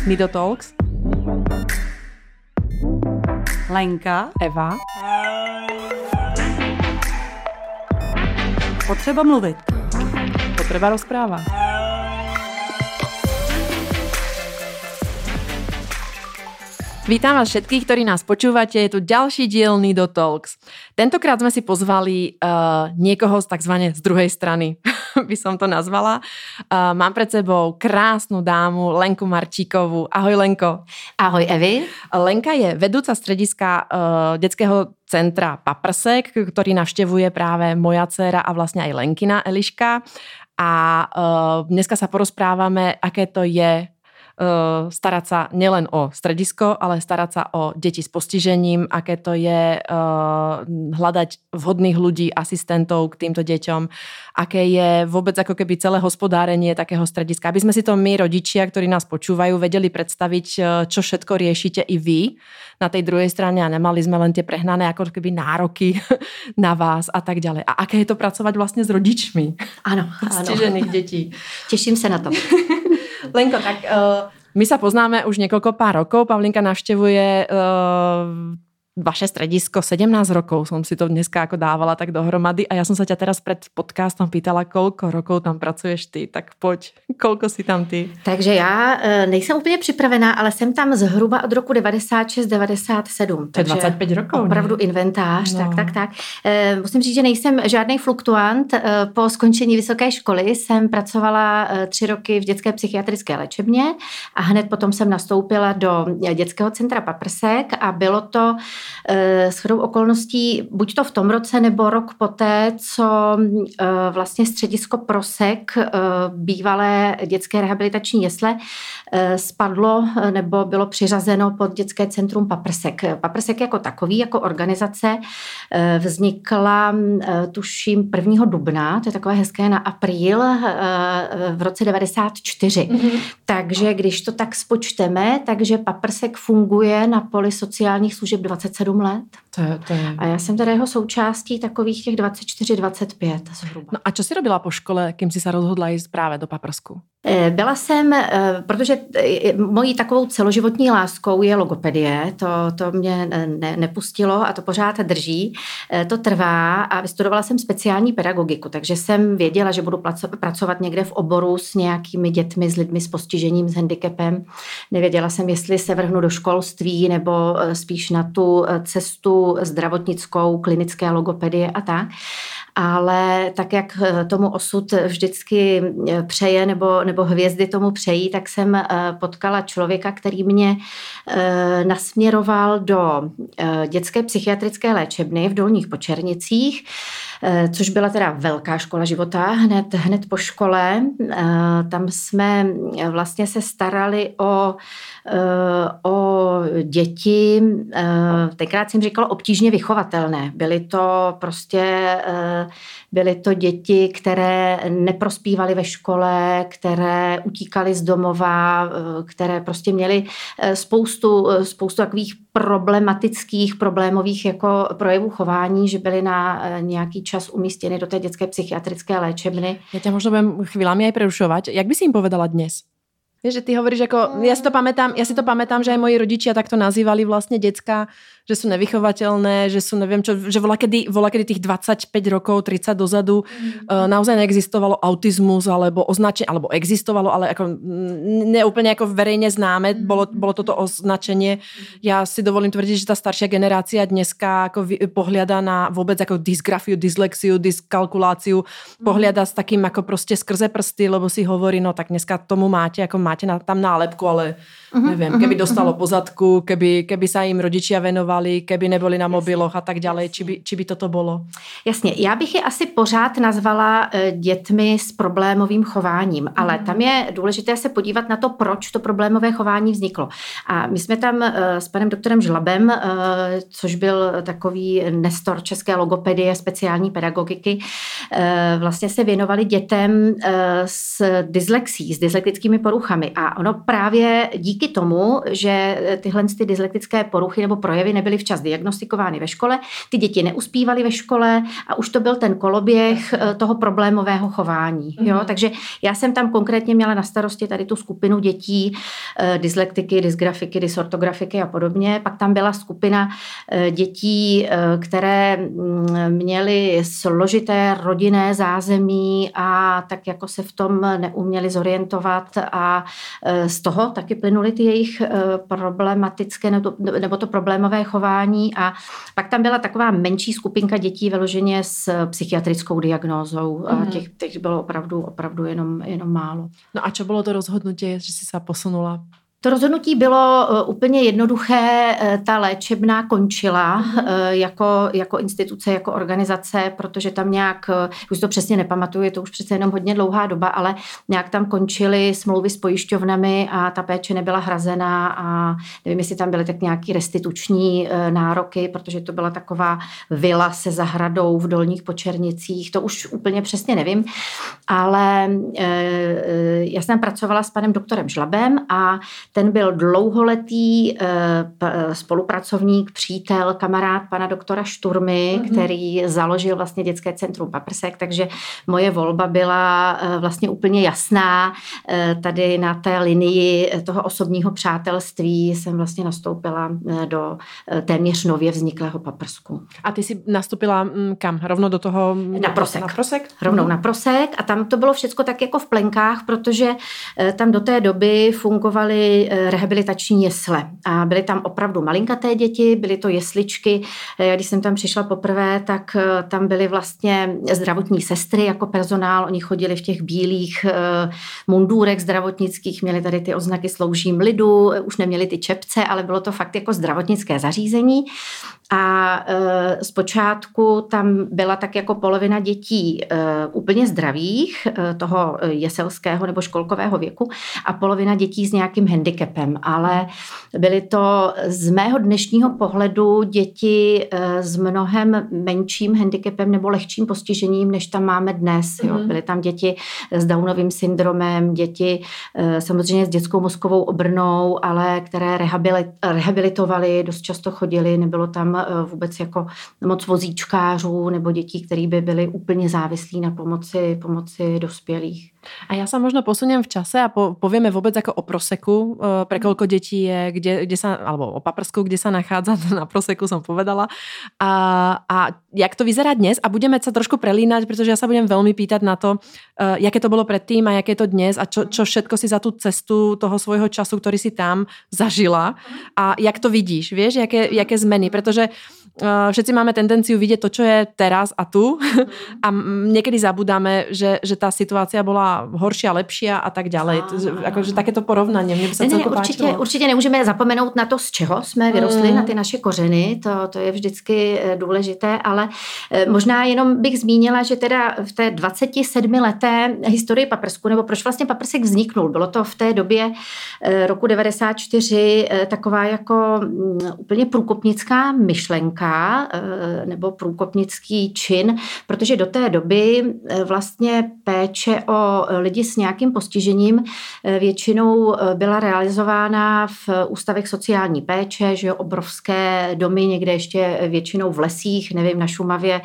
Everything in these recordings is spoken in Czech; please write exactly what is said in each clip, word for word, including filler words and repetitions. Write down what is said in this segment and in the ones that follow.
Nido Talks. Lenka. Eva. Potřeba mluvit. Potreba rozpráva. Vítam vás všetkých, ktorí nás počúvate. Je tu ďalší diel Nido Talks. Tentokrát sme si pozvali uh, niekoho z takzvané z druhej strany, by som to nazvala. Uh, mám pred sebou krásnu dámu Lenku Marčíkovú. Ahoj, Lenko. Ahoj, Evi. Lenka je vedúca strediska uh, detského centra Paprsek, ktorý navštevuje práve moja dcéra a vlastne aj Lenkina Eliška. A uh, dneska sa porozprávame, aké to je starať sa nielen o stredisko, ale starať sa o deti s postižením, aké to je uh, hľadať vhodných ľudí, asistentov k týmto deťom, aké je vôbec ako keby celé hospodárenie takého strediska. Aby sme si to my, rodičia, ktorí nás počúvajú, vedeli predstaviť, čo všetko riešite i vy na tej druhej strane a nemali sme len tie prehnané ako keby nároky na vás a tak ďalej. A aké je to pracovať vlastne s rodičmi? Áno, postižených detí. Teším sa na to. Lenko, tak uh, my sa poznáme už niekoľko pár rokov. Pavlinka navštevuje uh, vaše stredisko sedemnásť rokov. Som si to dneska ako dávala tak dohromady a ja som sa ťa teraz pred podcastom pýtala, koľko rokov tam pracuješ ty. Tak poď, koľko si tam ty? Takže já nejsem úplně připravená, ale jsem tam zhruba od roku devadesát šest devadesát sedm. To je dvacet pět rokov. Opravdu ne? Inventář, no. tak, tak, tak. Musím říct, že nejsem žádný fluktuant. Po skončení vysoké školy jsem pracovala tři roky v dětské psychiatrické léčebně a hned potom jsem nastoupila do dětského centra Paprsek a bylo to shodou okolností buď to v tom roce nebo rok poté, co vlastně středisko Prosek, bývalé dětské rehabilitační jesle, spadlo nebo bylo přiřazeno pod dětské centrum Paprsek. Paprsek jako takový, jako organizace vznikla tuším prvního dubna, to je takové hezké na apríl v roce devadesát čtyři. Mm-hmm. Takže když to tak spočteme, takže Paprsek funguje na poli sociálních služeb dvacet sedm let. To je, to je. A já jsem teda jeho součástí takových těch dvacet čtyři dvacet pět zhruba. No a čo si robila po škole, kým si sa rozhodla ísť práve do Paprsku? Byla jsem, protože mojí takovou celoživotní láskou je logopedie, to, to mě ne, nepustilo a to pořád drží, to trvá a vystudovala jsem speciální pedagogiku, takže jsem věděla, že budu pracovat někde v oboru s nějakými dětmi, s lidmi s postižením, s handicapem. Nevěděla jsem, jestli se vrhnu do školství nebo spíš na tu cestu zdravotnickou, klinické logopedie a tak. Ale tak, jak tomu osud vždycky přeje nebo, nebo hvězdy tomu přejí, tak jsem potkala člověka, který mě nasměroval do dětské psychiatrické léčebny v Dolních Počernicích, což byla teda velká škola života, hned, hned po škole. Tam jsme vlastně se starali o, o děti, tenkrát jsem říkala obtížně vychovatelné. Byly to prostě byly to děti, které neprospívaly ve škole, které utíkaly z domova, které prostě měly spoustu, spoustu takových problematických, problémových jako projevů chování, že byly na nějaký čas umístěny do té dětské psychiatrické léčebny. Ja ťa možno budem chvíľami aj prerušovať. Jak by si im povedala dnes? Vieš, že ty hovoríš ako, ja si to pamätám, ja si to pamätám, že aj moji rodičia takto nazývali vlastne decká, že sú nevychovateľné, že sú neviem čo, že volakedy, volakedy tých dvadsaťpäť rokov, tridsať dozadu mm. uh, naozaj neexistovalo autizmus, alebo označenie, alebo existovalo, ale ako neúplne ako verejne známe, mm. bolo, bolo toto označenie. Ja si dovolím tvrdiť, že tá staršia generácia dneska ako pohľada na vôbec ako dysgrafiu, dyslexiu, dyskalkuláciu, mm. pohľada s takým ako proste skrze prsty, lebo si hovorí, no tak dneska tomu máte, ako máte na, tam nálepku, ale uh-huh, neviem, keby uh-huh, dostalo uh-huh. po zadku, keby, keby sa im rodičia venovali, keby neboli na mobiloch a tak ďalej, či by, či by toto bolo? Jasně, já bych je asi pořád nazvala dětmi s problémovým chováním, ale uh-huh. tam je důležité se podívat na to, proč to problémové chování vzniklo. A my jsme tam s panem doktorem Žlabem, což byl takový nestor české logopedie, speciální pedagogiky, vlastně se věnovali dětem s dyslexí, s dyslektickými poruchami. poruchami. A ono právě díky tomu, že tyhle ty dyslektické poruchy nebo projevy nebyly včas diagnostikovány ve škole, ty děti neuspívaly ve škole a už to byl ten koloběh toho problémového chování. Jo? Mm-hmm. Takže já jsem tam konkrétně měla na starosti tady tu skupinu dětí, dyslektiky, dysgrafiky, dysortografiky a podobně. Pak tam byla skupina dětí, které měly složité rodinné zázemí a tak jako se v tom neuměli zorientovat a z toho taky plynuly ty jejich problematické nebo to problémové chování a pak tam byla taková menší skupinka dětí vyloženě s psychiatrickou diagnózou a těch, těch bylo opravdu, opravdu jenom, jenom málo. No a čo bylo to rozhodnutí, že si se posunula? To rozhodnutí bylo úplně jednoduché. Ta léčebna končila mm-hmm. jako, jako instituce, jako organizace, protože tam nějak, už to přesně nepamatuju, je to už přece jenom hodně dlouhá doba, ale nějak tam končily smlouvy s pojišťovnami a ta péče nebyla hrazená a nevím, jestli tam byly tak nějaký restituční nároky, protože to byla taková vila se zahradou v Dolních Počernicích, to už úplně přesně nevím, ale já jsem pracovala s panem doktorem Žlabem a ten byl dlouholetý spolupracovník, přítel, kamarád pana doktora Šturmy, mm-hmm. který založil vlastně dětské centrum Paprsek, takže moje volba byla vlastně úplně jasná. Tady na té linii toho osobního přátelství jsem vlastně nastoupila do téměř nově vzniklého Paprsku. A ty jsi nastoupila kam? Rovno do toho? Na Prosek. Na Prosek? Rovnou mm-hmm. na Prosek a tam to bylo všecko tak jako v plenkách, protože tam do té doby fungovaly rehabilitační jesle. A byly tam opravdu malinkaté děti, byly to jesličky. Já když jsem tam přišla poprvé, tak tam byly vlastně zdravotní sestry jako personál. Oni chodili v těch bílých mundůrech zdravotnických, měli tady ty oznaky sloužím lidu, už neměli ty čepce, ale bylo to fakt jako zdravotnické zařízení. A e, zpočátku tam byla tak jako polovina dětí e, úplně zdravých, e, toho jeselského nebo školkového věku a polovina dětí s nějakým handicapem, ale byly to z mého dnešního pohledu děti e, s mnohem menším handicapem nebo lehčím postižením, než tam máme dnes. Jo. Byly tam děti s Downovým syndromem, děti e, samozřejmě s dětskou mozkovou obrnou, ale které rehabilit, rehabilitovaly, dost často chodili, nebylo tam vůbec jako moc vozíčkářů nebo dětí, který by byly úplně závislí na pomoci, pomoci dospělých. A ja sa možno posuniem v čase a po, povieme vôbec ako o Proseku, pre koľko detí je, kde, kde sa, alebo o Paprsku, kde sa nachádza, na Proseku som povedala. A, a jak to vyzerá dnes? A budeme sa trošku prelínať, pretože ja sa budem veľmi pýtať na to, uh, jaké to bolo predtým a jaké je to dnes a čo, čo všetko si za tú cestu toho svojho času, ktorý si tam zažila a jak to vidíš, vieš, jaké, jaké zmeny, pretože uh, všetci máme tendenciu vidieť to, čo je teraz a tu a niekedy zabudáme, že, že tá situácia bola horšia, lepšia a tak ďalej. Akože takéto porovnanie, mne by sa celko určitě, páčilo. určitě nemůžeme zapomenout na to, z čeho jsme vyrostli, mm. na ty naše kořeny, to, to je vždycky důležité, ale možná jenom bych zmínila, že teda v té dvacetisedmileté historii Paprsku, nebo proč vlastně Paprsek vzniknul, bylo to v té době roku devadesát čtyři taková jako úplně průkopnická myšlenka nebo průkopnický čin, protože do té doby vlastně péče o lidi s nějakým postižením většinou byla realizována v ústavech sociální péče, že jo, obrovské domy, někde ještě většinou v lesích, nevím, na Šumavě,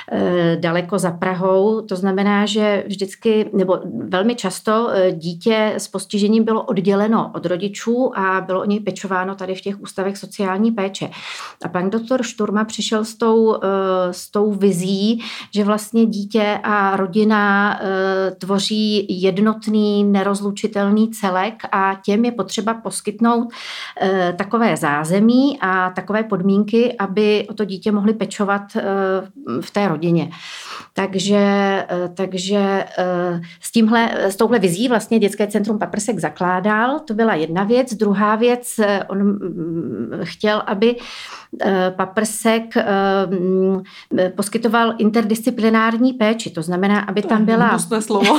daleko za Prahou. To znamená, že vždycky, nebo velmi často dítě s postižením bylo odděleno od rodičů a bylo o něj pečováno tady v těch ústavech sociální péče. A pan doktor Šturma přišel s tou, s tou vizí, že vlastně dítě a rodina tvoří jednotný, nerozlučitelný celek a těm je potřeba poskytnout e, takové zázemí a takové podmínky, aby o to dítě mohli pečovat e, v té rodině. Takže, e, takže e, s, tímhle, s touhle vizí vlastně Dětské centrum Paprsek zakládal. To byla jedna věc. Druhá věc, on m, chtěl, aby e, Paprsek e, m, poskytoval interdisciplinární péči. To znamená, aby tam byla... slovo.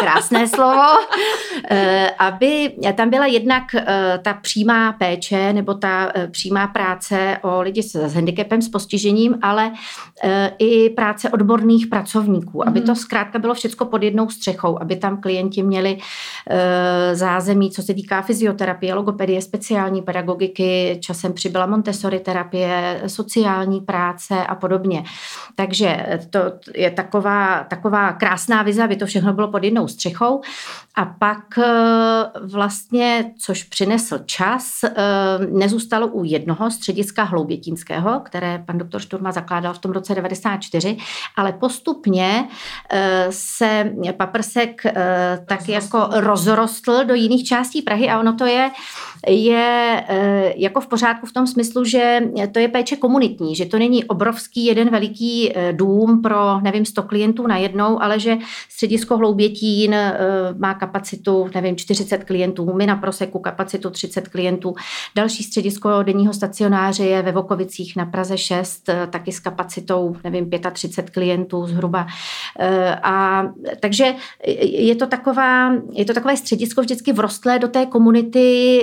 krásné slovo, aby tam byla jednak ta přímá péče nebo ta přímá práce o lidi s handicapem, s postižením, ale i práce odborných pracovníků, aby to zkrátka bylo všecko pod jednou střechou, aby tam klienti měli zázemí, co se týká fyzioterapie, logopedie, speciální pedagogiky, časem přibyla Montessori terapie, sociální práce a podobně. Takže to je taková, taková krásná vize, aby to všechno bylo pod jednou střechou. A pak vlastně, což přinesl čas, nezůstalo u jednoho střediska hloubětínského, které pan doktor Šturma zakládal v tom roce devadesát čtyři, ale postupně se paprsek tak rozrostl. jako rozrostl do jiných částí Prahy a ono to je, je jako v pořádku v tom smyslu, že to je péče komunitní, že to není obrovský jeden veliký dům pro, nevím, sto klientů najednou, ale že středisko Hloubětín má kapacitu, nevím, čtyřicet klientů, my na Proseku kapacitu třicet klientů. Další středisko denního stacionáře je ve Vokovicích na Praze šest, taky s kapacitou, nevím, třicet pět klientů zhruba. A takže je to taková, je to takové středisko vždycky vrostlé do té komunity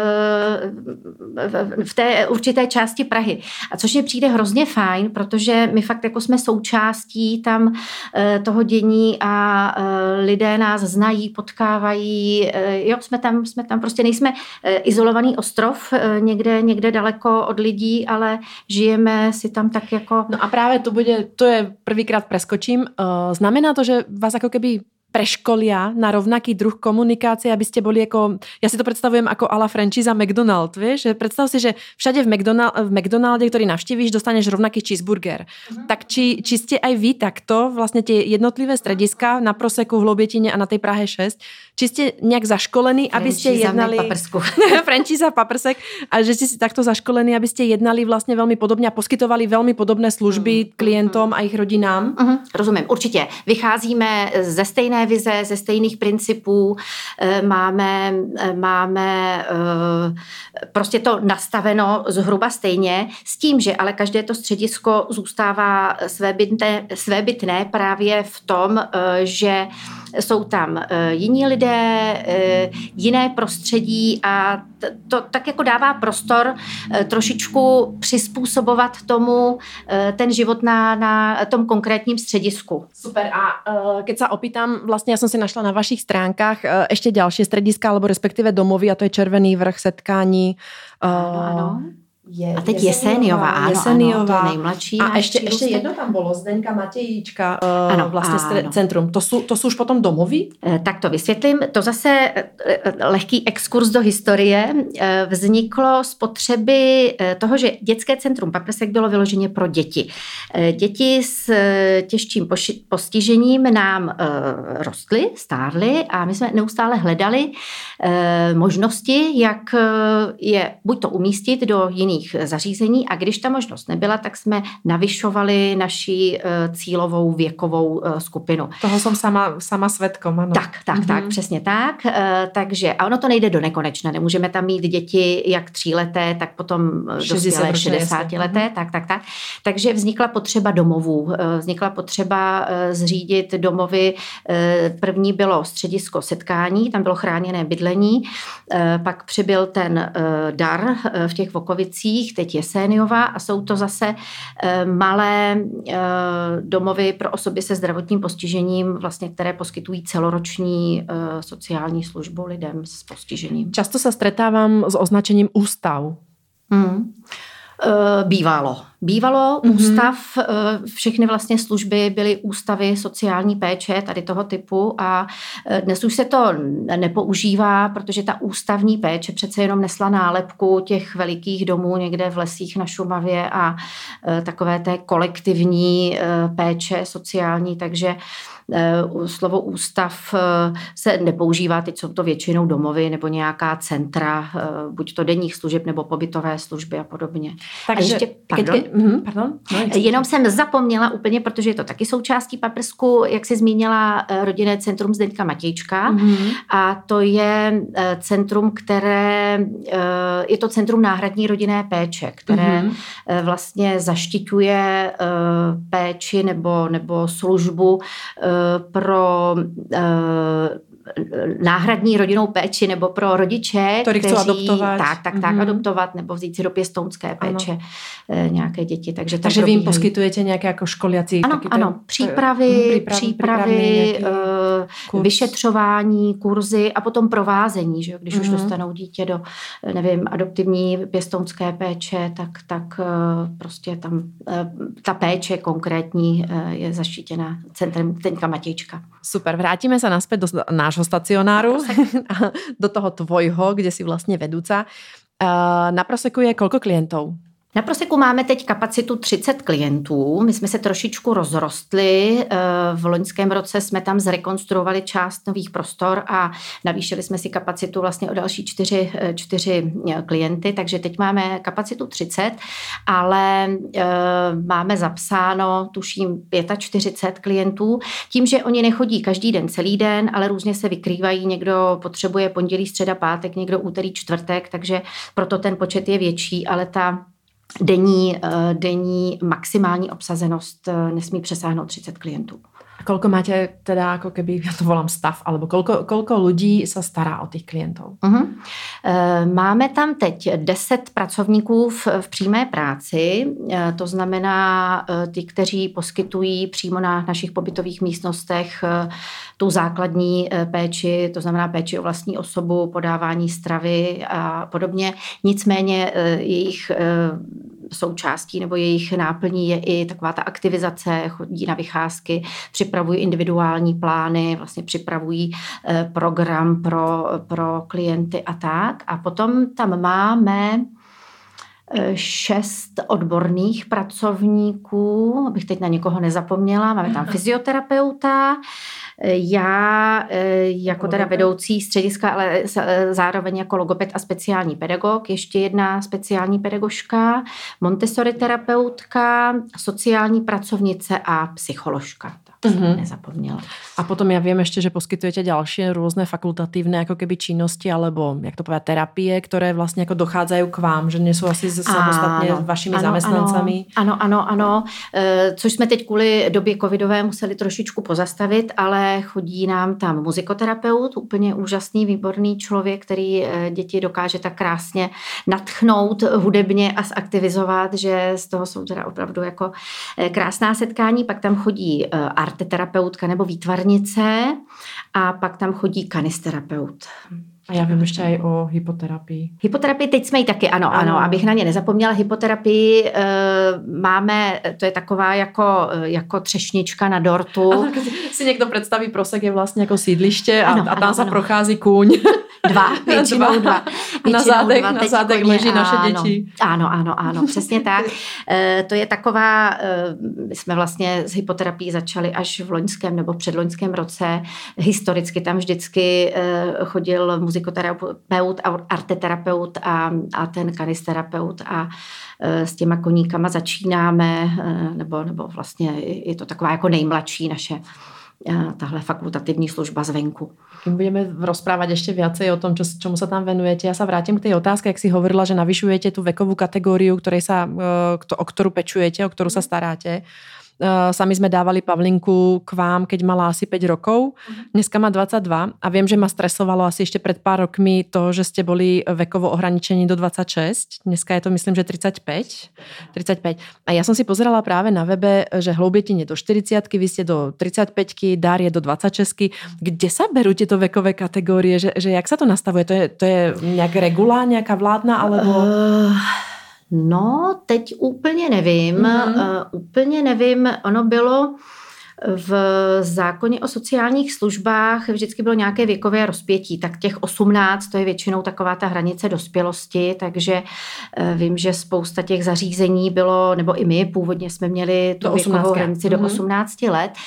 v té určité části Prahy. A což mi přijde hrozně fajn, protože my fakt jako jsme součástí tam toho dění a lidé nás znají, potkávají. Jo, jsme tam, jsme tam prostě nejsme izolovaný ostrov někde, někde daleko od lidí, ale žijeme si tam tak jako... No a právě to bude, to je prvýkrát preskočím. Znamená to, že vás ako keby preškolia na rovnaký druh komunikácie, aby ste boli ako, ja si to predstavujem ako a la franchíza McDonald, vieš, že predstav si, že všade v, McDonald, v McDonalde, ktorý navštívíš, dostaneš rovnaký cheeseburger. Uh-huh. Tak či, či ste aj vy takto, vlastne tie jednotlivé strediska na Proseku, v Hloubětíne a na tej Prahe šesť, či ste nejak zaškolení, aby ste jednali... Franchíza paprsek. A že ste si takto zaškolení, aby ste jednali vlastne veľmi podobne a poskytovali veľmi podobné služby uh-huh. klientom a ich rodinám? Uh-huh. Rozumím, určitě. Vycházíme ze stejné vize, ze stejných principů, máme, máme prostě to nastaveno zhruba stejně, s tím, že ale každé to středisko zůstává svébytné, svébytné právě v tom, že jsou tam jiní lidé, jiné prostředí a to tak jako dává prostor trošičku přizpůsobovat tomu ten život na, na tom konkrétním středisku. Super. A keď sa opýtam, vlastne ja som si našla na vašich stránkach ešte ďalšie strediska, alebo respektíve domovy, a to je Červený vrch, Setkání. Áno, áno. Je, a teď Jeseniova, áno, Jeseniova. Áno, to je nejmladší. A ešte, ešte jedno tam bolo, Zdeňka Matějíčka, uh, ano, vlastně ano. Centrum. To sú, to sú už potom domovy? Tak to vysvětlím. To zase lehký exkurs do historie. Vzniklo z potřeby toho, že dětské centrum Paprsek bylo vyloženě pro děti. Děti s těžším postižením nám rostly, stárly a my jsme neustále hledali možnosti, jak je buď to umístit do jiných zařízení a když ta možnost nebyla, tak jsme navyšovali naši cílovou věkovou skupinu. Toho jsem sama, sama svědkom, ano. Tak, tak, mm-hmm. tak, přesně tak. Takže, a ono to nejde do nekonečna. Nemůžeme tam mít děti jak tříleté, tak potom dospělé šedesátileté, mm-hmm. tak, tak, tak. Takže vznikla potřeba domovů. Vznikla potřeba zřídit domovy. První bylo středisko Setkání, tam bylo chráněné bydlení. Pak přibyl ten dar v těch Vokovicích, teď Jeseniova a jsou to zase malé domovy pro osoby se zdravotním postižením, vlastně, které poskytují celoroční sociální službu lidem s postižením. Často se stretávám s označením ústav. Hmm. Bývalo. Bývalo mm-hmm. ústav, všechny vlastně služby byly ústavy sociální péče tady toho typu a dnes už se to nepoužívá, protože ta ústavní péče přece jenom nesla nálepku těch velikých domů někde v lesích na Šumavě a takové té kolektivní péče sociální, takže slovo ústav se nepoužívá, teď jsou to většinou domovy nebo nějaká centra, buď to denních služeb nebo pobytové služby a podobně. Takže, a ještě, keď, mm, pardon. No, Jenom jsem zapomněla úplně, protože je to taky součástí paprsku, jak se zmínila, rodinné centrum Zdeňka Matějčka. Mm-hmm. A to je centrum, které, je to centrum náhradní rodinné péče, které mm-hmm. vlastně zaštiťuje péči nebo, nebo službu pro náhradní rodinnou péči nebo pro rodiče, kteří chcou adoptovat. Tak, tak, tak, mm-hmm. adoptovat nebo vzít si do pěstounské péče ano. nějaké děti. Takže, takže vy jim poskytujete nějaké jako školiací? Ano, taky ano, přípravy, příprav, přípravy, uh, vyšetřování, kurzy a potom provázení, že? Když mm-hmm. už dostanou dítě do, nevím, adoptivní pěstounské péče, tak, tak uh, prostě tam uh, ta péče konkrétní uh, je zaštítěna centrem Zdeňka Matějčka. Super, vrátíme sa naspäť do nášho stacionáru, do toho tvojho, kde si vlastne vedúca. Na Proseku je koľko klientov? Na Proseku máme teď kapacitu třicet klientů. My jsme se trošičku rozrostli. V loňském roce jsme tam zrekonstruovali část nových prostor a navýšili jsme si kapacitu vlastně o další čtyři, čtyři klienty, takže teď máme kapacitu třicet, ale máme zapsáno, tuším, čtyřicet pět klientů. Tím, že oni nechodí každý den, celý den, ale různě se vykrývají. Někdo potřebuje pondělí, středa, pátek, někdo úterý, čtvrtek, takže proto ten počet je větší, ale ta denní, denní maximální obsazenost nesmí přesáhnout třicet klientů. A koľko máte teda, ako keby, ja to volám stav, alebo koľko, koľko ľudí sa stará o tých klientov? Uh-huh. Máme tam teď deset pracovníků v, v přímé práci, to znamená ty, kteří poskytují přímo na našich pobytových místnostech tu základní péči, to znamená péči o vlastní osobu, podávání stravy a podobně. Nicméně jejich součástí nebo jejich náplní je i taková ta aktivizace, chodí na vycházky, připravují individuální plány, vlastně připravují program pro, pro klienty a tak. A potom tam máme šest odborných pracovníků, abych teď na někoho nezapomněla, máme tam fyzioterapeuta, já jako teda vedoucí střediska, ale zároveň jako logoped a speciální pedagog, ještě jedna speciální pedagožka, Montessori terapeutka, sociální pracovnice a psycholožka. Tak jsem mm-hmm. nezapomněla. A potom ja viem ešte, že poskytujete ďalšie rôzne fakultatívne ako keby činnosti alebo, jak to povedať, terapie, ktoré vlastne ako dochádzajú k vám, že nie sú asi samostatne ano, vašimi ano, zamestnancami. Ano, ano, ano. E, což jsme teď kvůli době covidové museli trošičku pozastavit, ale chodí nám tam muzikoterapeut, úplně úžasný, výborný člověk, který děti dokáže tak krásně nadchnout hudebně a zaktivizovat, že z toho jsou teda opravdu jako krásná setkání. Pak tam chodí arteterapeutka nebo výtvarnice a pak tam chodí kanisterapeut. A já vím ještě aj o hypoterapii. Hypoterapii, teď jsme ji taky, ano, ano, ano, abych na ně nezapomněla. Hypoterapii e, máme, to je taková jako, jako třešnička na dortu. Ano, když si někdo představí Prosek je vlastně jako sídliště a, ano, a tam ano, se ano. prochází kůň. Dva, většinou dva. Většinou na zádech, dva, na zádech koně, leží naše ano, děti. Ano, ano, ano, přesně tak. E, to je taková, e, my jsme vlastně s hypoterapií začali až v loňském nebo předloňském roce. Historicky tam vždycky e, chodil muzikoterapeut, arteterapeut a, a ten kanisterapeut a e, s těma koníkama začínáme, e, nebo, nebo vlastně je to taková jako nejmladší naše tahle fakultativní služba zvenku. Kým budeme rozprávať ešte viacej o tom, čo, čomu sa tam venujete. Ja sa vrátim k tej otázke, jak si hovorila, že navyšujete tú vekovú kategóriu, ktorej sa, o ktorú pečujete, o ktorú sa staráte. Sami sme dávali Pavlinku k vám, keď mala asi päť rokov. Dneska má dvadsaťdva a viem, že ma stresovalo asi ešte pred pár rokmi to, že ste boli vekovo ohraničení do dvadsaťšesť. Dneska je to myslím, že tridsaťpäť. tridsaťpäť. A ja som si pozerala práve na webe, že Hloubětín je do štyridsiatky, vy ste do tridsaťpäťky, Dár je do dvadsaťšesť. Kde sa berú tieto vekové kategórie? Že, že jak sa to nastavuje? To je, to je nejak regulá, nejaká vládna, alebo... Uh... No, teď úplně nevím, mm-hmm. uh, úplně nevím, ono bylo v zákoně o sociálních službách vždycky bylo nějaké věkové rozpětí, tak těch osmnáct, to je většinou taková ta hranice dospělosti, takže uh, vím, že spousta těch zařízení bylo, nebo i my původně jsme měli tu věkovou hranici do osmnácti let.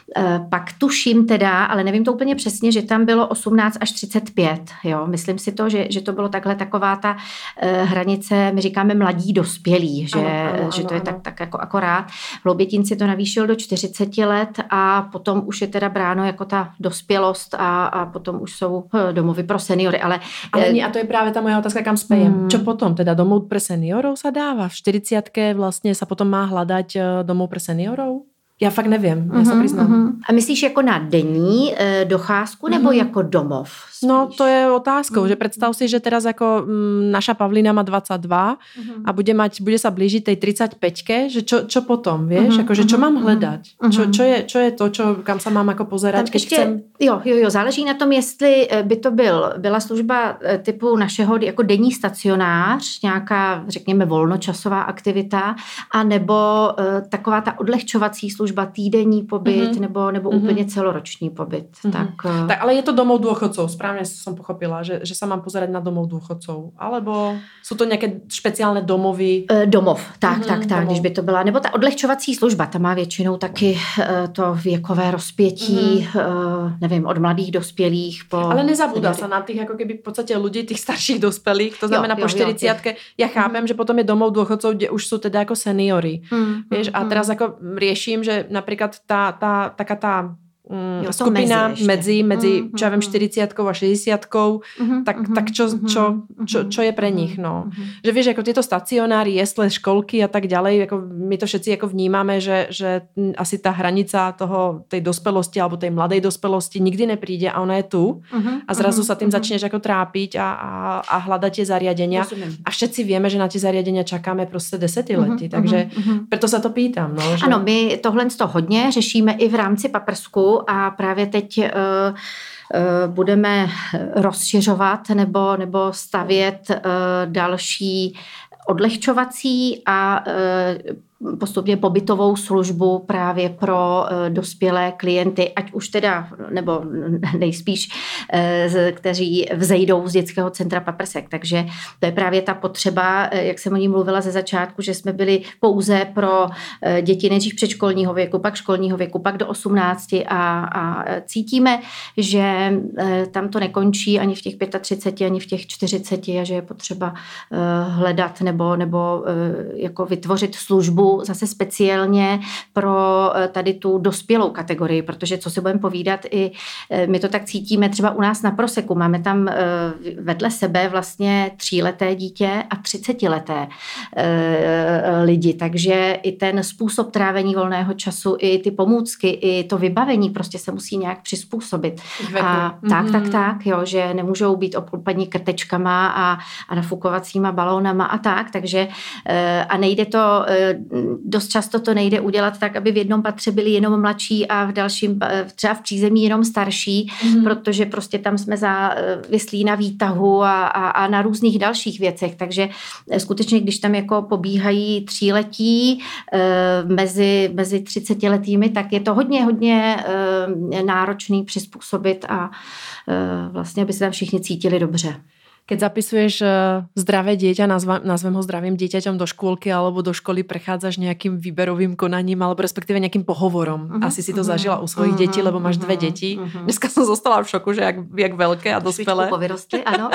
Pak tuším teda, ale nevím to úplně přesně, že tam bylo osmnáct až třicet pět. Jo? Myslím si to, že, že to bylo takhle taková ta hranice, my říkáme mladí dospělí, že, ano, ano, že to je ano. tak, tak jako akorát. V Loubětinci to navýšil do čtyřicet let a potom už je teda bráno jako ta dospělost a, a potom už jsou domovy pro seniory. Ale, ale nie, a to je právě ta moja otázka, kam spejem. Hmm. Čo potom? Teda domov pre seniorov sa dáva? V štyridsiatke vlastne sa potom má hľadať domov pre seniorov? Já fakt nevím, já se přiznám. Uh-huh. A myslíš jako na denní e, docházku nebo uh-huh. jako domov? Spíš? No to je otázkou, uh-huh. že představ si, že teraz jako m, naša Pavlina má dvadsaťdva uh-huh. a bude mať, bude sa blížiť tej tridsaťpäťke, že čo, čo potom, vieš? Uh-huh. Jako, že čo mám hledat? Uh-huh. Čo, čo, je, čo je to, čo, kam sa mám jako pozerať, keď ještě, chcem? Jo, jo, jo, záleží na tom, jestli by to byl, byla služba typu našeho jako denní stacionář, nějaká, řekněme, volnočasová aktivita, anebo e, taková ta odlehčovací služba, služba týdenní pobyt mm-hmm. nebo, nebo mm-hmm. úplně celoroční pobyt. Mm-hmm. Tak, tak, ale je to domov dôchodcov, správne som pochopila, že, že sa mám pozerať na domov dôchodcov, alebo sú to nějaké speciálne domovy? E, domov, tak, mm-hmm, tak, tak, domov. Když by to byla, nebo ta odlehčovací služba, ta má většinou taky e, to věkové rozpětí, mm-hmm. e, nevím, od mladých dospělých po... Ale nezabúda sa na tých, ako keby v podstate ľudí, tých starších dospelých, to znamená jo, po štyridsiatke. Ja chápem, mm-hmm. že potom je domov dôchodcov, kde už sú teda ako seniori. Mm-hmm. Vieš, a teraz ako rieším, že napríklad tá, tá, taká tá mm, jo, skupina mezi, medzi, medzi mm, čo ja viem, štyridsiatkou a šesťdesiatkou, mm, tak, mm, tak čo, čo, čo, čo je pre nich, no. Mm. Že vieš, ako tieto stacionáry, jesle, školky a tak ďalej, ako my to všetci ako vnímame, že, že asi tá hranica toho, tej dospelosti alebo tej mladej dospelosti nikdy nepríde a ona je tu mm, a zrazu mm, sa tým mm. začneš ako trápiť a, a, a hľadať tie zariadenia. Rozumiem. A všetci vieme, že na tie zariadenia čakáme prostě desetiletí, mm, takže mm, preto sa to pýtam. No, že... Ano, my tohle to hodně řešíme i v rámci paprsku a právě teď uh, uh, budeme rozšiřovat nebo, nebo stavět uh, další odlehčovací a uh, postupně pobytovou službu právě pro e, dospělé klienty, ať už teda, nebo nejspíš, e, kteří vzejdou z dětského centra Paprsek. Takže to je právě ta potřeba, e, jak jsem o ní mluvila ze začátku, že jsme byli pouze pro e, děti nejdřív předškolního věku, pak školního věku, pak do osmnácti a, a cítíme, že e, tam to nekončí ani v těch třiceti pěti, ani v těch čtyřiceti a že je potřeba e, hledat nebo, nebo e, jako vytvořit službu zase speciálně pro tady tu dospělou kategorii, protože co si budeme povídat, i my to tak cítíme třeba u nás na Proseku. Máme tam vedle sebe vlastně tříleté dítě a třicetileté lidi, takže i ten způsob trávení volného času, i ty pomůcky, i to vybavení prostě se musí nějak přizpůsobit. A mm-hmm. tak, tak, tak, jo, že nemůžou být obklopaní krtečkama a, a nafukovacíma balónama a tak, takže a nejde to dost často to nejde udělat tak, aby v jednom patře byli jenom mladší a v dalším, třeba v přízemí jenom starší, mm. protože prostě tam jsme závislí na výtahu a, a, a na různých dalších věcech. Takže skutečně, když tam jako pobíhají tříletí e, mezi, mezi třicetiletými, tak je to hodně, hodně e, náročný přizpůsobit a e, vlastně, aby se tam všichni cítili dobře. Keď zapisuješ zdravé dieťa, nazvem, nazvem ho zdravým dieťaťom do škôlky alebo do školy, prechádzaš nejakým výberovým konaním alebo respektíve nejakým pohovorom. Uh-huh, Asi si to uh-huh, zažila u svojich uh-huh, detí, lebo máš uh-huh, dve deti. Uh-huh. Dneska som zostala v šoku, že jak, jak veľké a dospelé. Povyrostli, áno.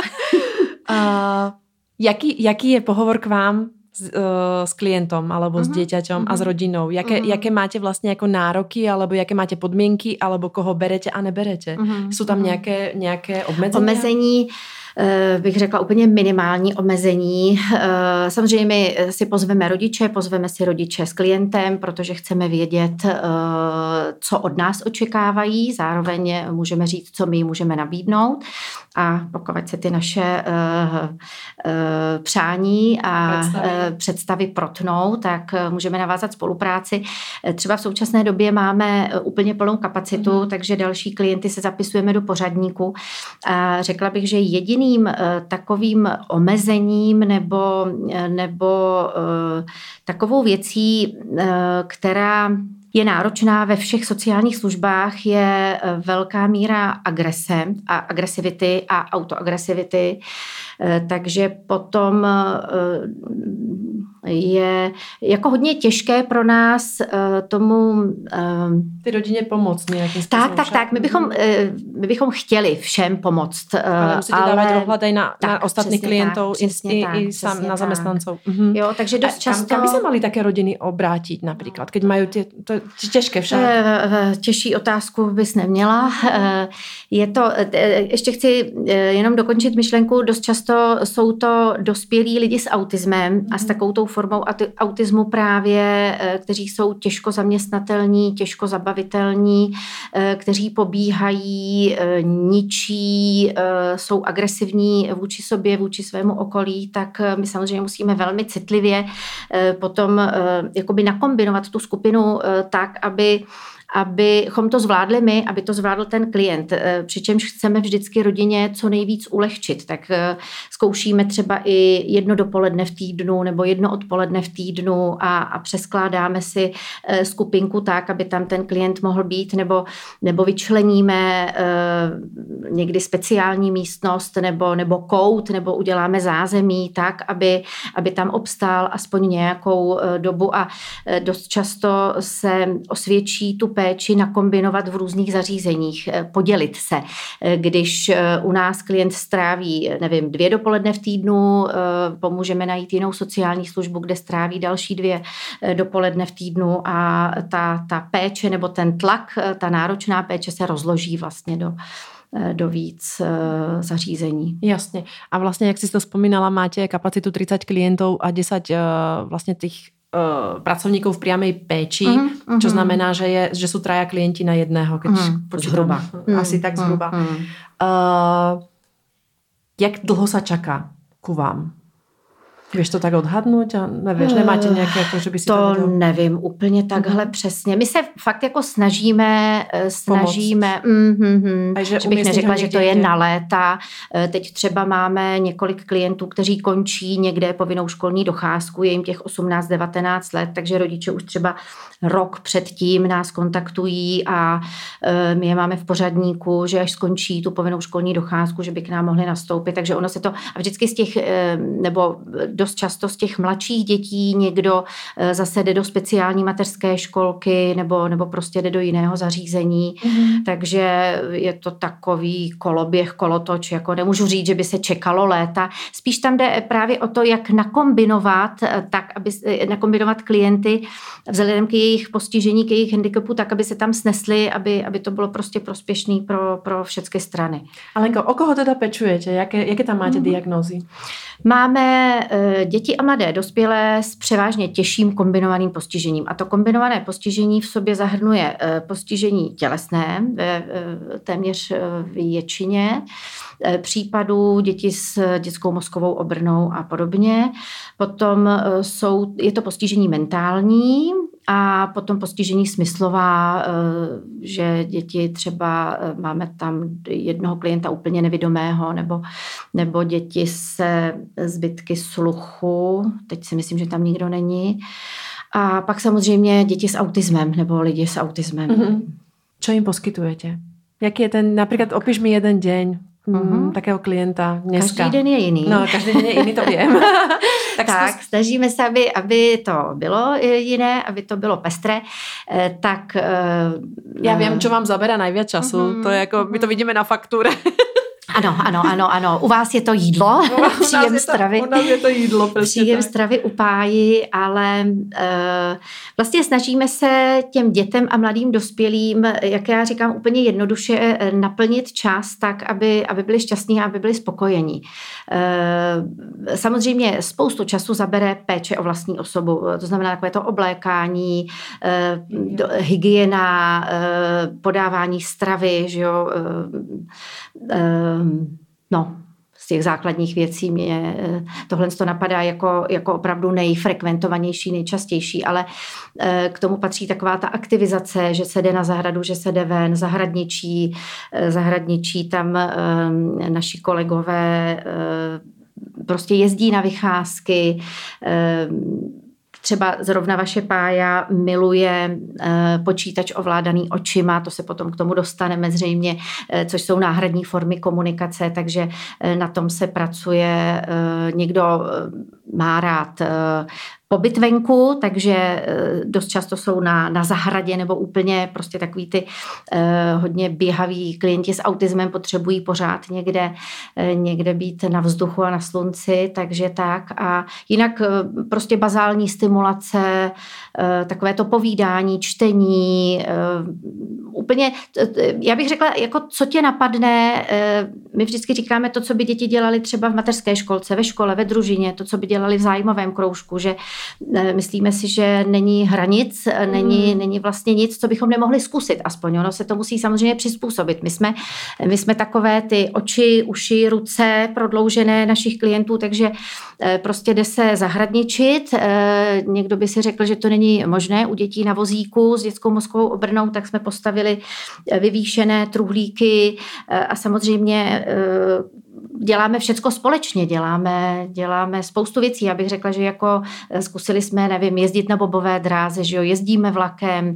uh, jaký, jaký je pohovor k vám s, uh, s klientom alebo uh-huh, s dieťaťom uh-huh. a s rodinou? Jaké, uh-huh. jaké máte vlastne ako nároky alebo jaké máte podmienky alebo koho berete a neberete? Uh-huh, Sú tam uh-huh. nejaké, nejaké obmedzenia? Omezení bych řekla úplně minimální omezení. Samozřejmě my si pozveme rodiče, pozveme si rodiče s klientem, protože chceme vědět, co od nás očekávají, zároveň můžeme říct, co my můžeme nabídnout a pokud se ty naše přání a představy, představy protnou, tak můžeme navázat spolupráci. Třeba v současné době máme úplně plnou kapacitu, mm-hmm. takže další klienty se zapisujeme do pořadníku a řekla bych, že jediný takovým omezením nebo, nebo uh, takovou věcí, uh, která je náročná ve všech sociálních službách, je velká míra agrese a agresivity a autoagresivity. Uh, takže potom uh, je jako hodně těžké pro nás tomu... Ty rodině pomoct nějakým způsobem. Tak, tak, tak. My bychom, my bychom chtěli všem pomoct. Ale musíte ale... dávat ohľad aj na, tak, na ostatných klientov tak, i, tak, i sam, na tak. zamestnancov. Mhm. Jo, takže dost A často... Kam, kam by se mali také rodiny obrátit například, keď mají ty, to je těžké však? Těžší otázku bys neměla. Je to, ještě chci jenom dokončit myšlenku, dost často jsou to dospělí lidi s autismem a s takovou tou formou autismu právě, kteří jsou těžko zaměstnatelní, těžko zabavitelní, kteří pobíhají, ničí, jsou agresivní vůči sobě, vůči svému okolí, tak my samozřejmě musíme velmi citlivě potom jakoby nakombinovat tu skupinu tak, aby abychom to zvládli my, aby to zvládl ten klient. Přičemž chceme vždycky rodině co nejvíc ulehčit. Tak zkoušíme třeba i jedno dopoledne v týdnu nebo jedno odpoledne v týdnu a, a přeskládáme si skupinku tak, aby tam ten klient mohl být, nebo, nebo vyčleníme někdy speciální místnost nebo, nebo kout, nebo uděláme zázemí tak, aby, aby tam obstál aspoň nějakou dobu a dost často se osvědčí tu péči nakombinovat v různých zařízeních, podělit se. Když u nás klient stráví, nevím, dvě dopoledne v týdnu, pomůžeme najít jinou sociální službu, kde stráví další dvě dopoledne v týdnu a ta, ta péče nebo ten tlak, ta náročná péče se rozloží vlastně do do víc uh, zařízení. Jasně. A vlastně, jak jsi to vzpomínala, máte kapacitu třicet klientů a deset uh, vlastně těch uh, pracovníků v priamej péči, mm-hmm. čo znamená, že, je, že sú traja klienti na jedného, keď mm, počítam. Zhruba. Asi tak zhruba. Mm, mm. Uh, jak dlho sa čaká ku vám? Vieš to tak odhadnout? A nevíš, nemáte nějaké, jako, že by si to to věděl? nevím úplně takhle mm-hmm. přesně. My se fakt jako snažíme, snažíme, mm-hmm, A že, že bych neřekla, že to je na léta. Teď třeba máme několik klientů, kteří končí někde povinnou školní docházku, je jim těch osmnáct devatenáct let, takže rodiče už třeba rok předtím nás kontaktují a my je máme v pořadníku, že až skončí tu povinnou školní docházku, že by k nám mohli nastoupit, takže ono se to, a vždycky z těch, nebo dost často z těch mladších dětí někdo zase jde do speciální mateřské školky nebo, nebo prostě jde do jiného zařízení, mm-hmm. takže je to takový koloběh, kolotoč, jako nemůžu říct, že by se čekalo léta. Spíš tam jde právě o to, jak nakombinovat, tak, aby, nakombinovat klienty vzhledem k jejich postižení, k jejich handicapu, tak, aby se tam snesli, aby, aby to bylo prostě prospěšný pro, pro všechny strany. Alenko, o koho teda pečujete? Jaké, jaké tam máte mm-hmm. diagnózy? Máme e, děti a mladé dospělé s převážně těžším kombinovaným postižením. A to kombinované postižení v sobě zahrnuje e, postižení tělesné ve e, téměř e, většině e, případů, děti s dětskou mozkovou obrnou a podobně. Potom e, jsou, je to postižení mentální a potom postižení smyslová, e, že děti třeba, e, máme tam jednoho klienta úplně nevidomého, nebo, nebo děti se zbytky sluchu, teď si myslím, že tam nikdo není. A pak samozřejmě děti s autismem nebo lidi s autismem. Mm-hmm. Čo jim poskytujete? Jaký je ten, například opiš mi jeden deň mm-hmm. takého klienta dneska. Každý den je jiný. No, každý den je jiný, to vím. tak tak to... snažíme se, aby, aby to bylo jiné, aby to bylo pestré. Tak... Já vím, čo vám zabera najviac času. Mm-hmm. To je jako, my to vidíme na fakture. Ano, ano, ano, ano. U vás je to jídlo, no, příjem stravy. U nás je to jídlo, prostě příjem tak. stravy u páji, ale uh, vlastně snažíme se těm dětem a mladým dospělým, jak já říkám, úplně jednoduše naplnit čas tak, aby, aby byli šťastní a aby byli spokojení. Uh, samozřejmě spoustu času zabere péče o vlastní osobu, to znamená takové to oblékání, uh, do, hygiena, uh, podávání stravy, že jo, uh, uh, no, z těch základních věcí mě tohle to napadá jako, jako opravdu nejfrekventovanější, nejčastější, ale k tomu patří taková ta aktivizace, že se jde na zahradu, že se jde ven, zahradničí, zahradničí tam naši kolegové prostě jezdí na vycházky. Třeba zrovna vaše Pája miluje e, počítač ovládaný očima, to se potom k tomu dostaneme zřejmě, e, což jsou náhradní formy komunikace, takže e, na tom se pracuje. E, někdo e, má rád e, pobyt venku, takže dost často jsou na, na zahradě nebo úplně prostě takový ty uh, hodně běhaví klienti s autismem potřebují pořád někde, uh, někde být na vzduchu a na slunci, takže tak. A jinak uh, prostě bazální stimulace, uh, takové to povídání, čtení, uh, úplně, já bych řekla, jako co tě napadne, uh, my vždycky říkáme to, co by děti dělali třeba v mateřské školce, ve škole, ve družině, to, co by dělali v zájmovém kroužku, že myslíme si, že není hranic, není, mm. není vlastně nic, co bychom nemohli zkusit. Aspoň ono se to musí samozřejmě přizpůsobit. My jsme, my jsme takové ty oči, uši, ruce prodloužené našich klientů, takže prostě jde se zahradničit. Někdo by si řekl, že to není možné u dětí na vozíku s dětskou mozkovou obrnou, tak jsme postavili vyvýšené truhlíky a samozřejmě děláme všecko společně, děláme, děláme spoustu věcí. Já bych řekla, že jako zkusili jsme, nevím, jezdit na bobové dráze, že jo, jezdíme vlakem,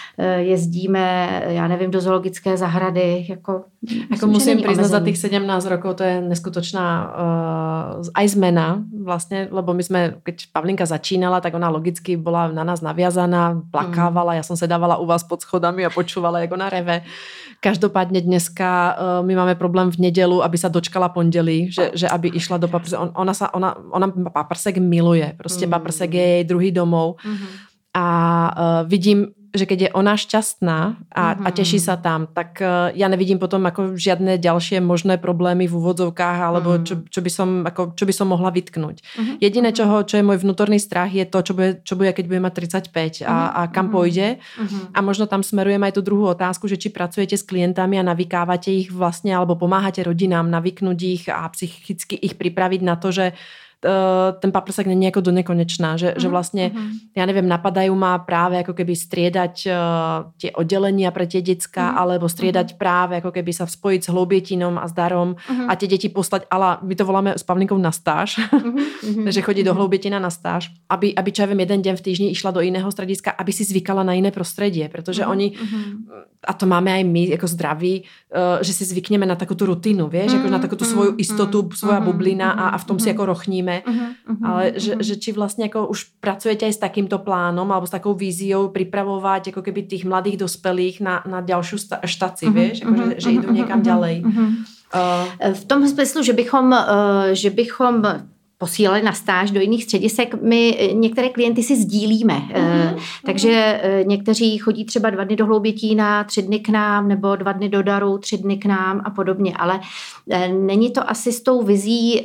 jezdíme, já nevím, do zoologické zahrady. Jako, jako musím priznať, za tých sedemnásť rokov to je neskutočná uh, aj zmena vlastne, lebo my sme, keď Pavlinka začínala, tak ona logicky bola na nás naviazaná, plakávala, mm. ja som sedávala u vás pod schodami a počúvala, jak ona reve. Každopádne dneska uh, my máme problém v nedelu, aby sa dočkala pondelí, že, že aby išla do paprsek. On, ona, sa, ona, ona paprsek miluje. Proste mm. paprsek je jej druhý domov. Mm-hmm. A uh, vidím, že keď je ona šťastná a, mm-hmm. a teší sa tam, tak uh, ja nevidím potom ako žiadne ďalšie možné problémy v úvodzovkách, alebo mm-hmm. čo, čo, by som, ako, čo by som mohla vytknúť. Mm-hmm. Jediné, čoho, čo je môj vnútorný strach, je to, čo bude, čo bude keď bude mať tridsaťpäť a, a kam mm-hmm. pôjde. Mm-hmm. A možno tam smerujem aj tú druhú otázku, že či pracujete s klientami a navykávate ich vlastne, alebo pomáhate rodinám navyknúť ich a psychicky ich pripraviť na to, že ten paprsek není jako do nekonečná, že, mm, že vlastně, mm. já nevím, napadají má právě jako keby striedať uh, tie oddelenia pre tie decka, mm. alebo striedať mm. právě jako keby sa spojiť s hloubietinom a s darom mm. a tie deti poslať, ale my to voláme s Pavlinkou na stáž, mm. že chodí mm. do hloubietina na stáž, aby, aby čo ja vím, jeden deň v týždni išla do iného strediska, aby si zvykala na iné prostredie, protože mm. oni, mm. a to máme aj my jako zdraví, uh, že si zvykneme na takú tú rutinu, vieš, mm. jako na takú tú svoju istotu, mm. svoja bublina a, a v tom mm. si jako rochníme. Uh-huh, uh-huh, ale uh-huh. Že, že či vlastně jako už pracujete aj s takýmto plánom alebo s takou víziou pripravovať jako keby tých mladých dospelých na, na ďalšiu sta- štaci, uh-huh, vieš, jako, uh-huh, že, že idú niekam uh-huh, ďalej. Uh-huh. Uh, v tom smyslu, že bychom, uh, že bychom posílali na stáž do jiných středisek, my některé klienty si sdílíme. Mm-hmm. Takže někteří chodí třeba dva dny do Hloubětína, tři dny k nám, nebo dva dny do Daru, tři dny k nám a podobně. Ale není to asi s tou vizí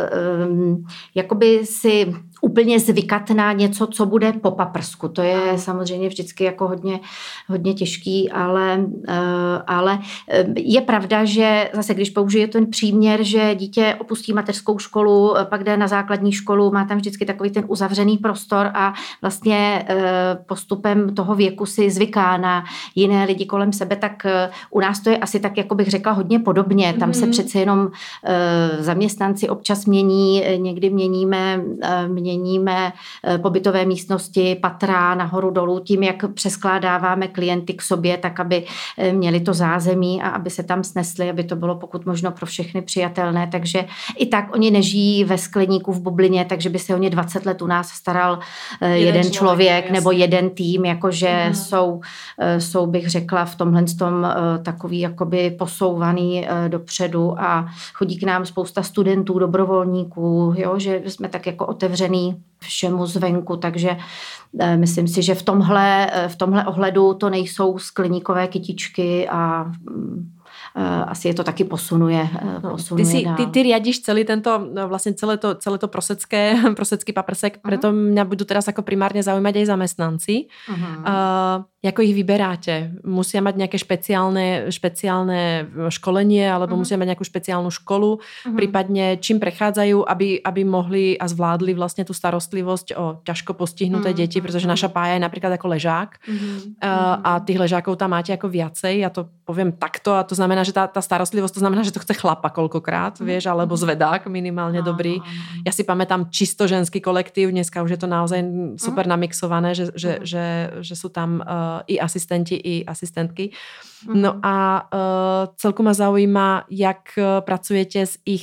jakoby si úplně zvykat na něco, co bude po paprsku. To je samozřejmě vždycky jako hodně, hodně těžký, ale, ale je pravda, že zase, když použije ten příměr, že dítě opustí mateřskou školu, pak jde na základní školu, má tam vždycky takový ten uzavřený prostor a vlastně postupem toho věku si zvyká na jiné lidi kolem sebe, tak u nás to je asi tak, jako bych řekla, hodně podobně. Tam se přece jenom zaměstnanci občas mění, někdy měníme, měníme pobytové místnosti, patra nahoru dolů, tím, jak přeskládáváme klienty k sobě, tak aby měli to zázemí a aby se tam snesli, aby to bylo pokud možno pro všechny přijatelné. Takže i tak oni nežijí ve skleníku v bublině, takže by se o ně dvacet let u nás staral jeden, jeden člověk, člověk nebo jeden tým, jakože mm. jsou, jsou, bych řekla, v tomhle tom takový jakoby posouvaný dopředu a chodí k nám spousta studentů, dobrovolníků, jo, že jsme tak jako otevřený všemu zvenku, takže myslím si, že v tomhle, v tomhle ohledu to nejsou skleníkové kytičky a asi je to taky posunuje, posunuje ty, si, ty, ty riadiš celý tento, vlastne celé to, celé to prosecké, prosecký paprsek, uh-huh. preto mňa budú teraz ako primárne zaujímať aj zamestnanci. Uh-huh. Uh, ako ich vyberáte? Musia mať nejaké špeciálne, špeciálne školenie alebo uh-huh. musia mať nejakú špeciálnu školu? Uh-huh. Prípadne čím prechádzajú, aby, aby mohli a zvládli vlastne tú starostlivosť o ťažko postihnuté uh-huh. deti, pretože naša pája je napríklad ako ležák uh-huh. uh, a tých ležákov tam máte ako viacej. Ja to poviem takto a to znamená, že tá, tá starostlivosť, to znamená, že to chce chlapa koľkokrát, vieš, alebo zvedák minimálne dobrý. Ja si pamätám čisto ženský kolektív, dneska už je to naozaj super namixované, že, že, že, že sú tam uh, i asistenti, i asistentky. No a uh, celku ma zaujíma, jak pracujete s ich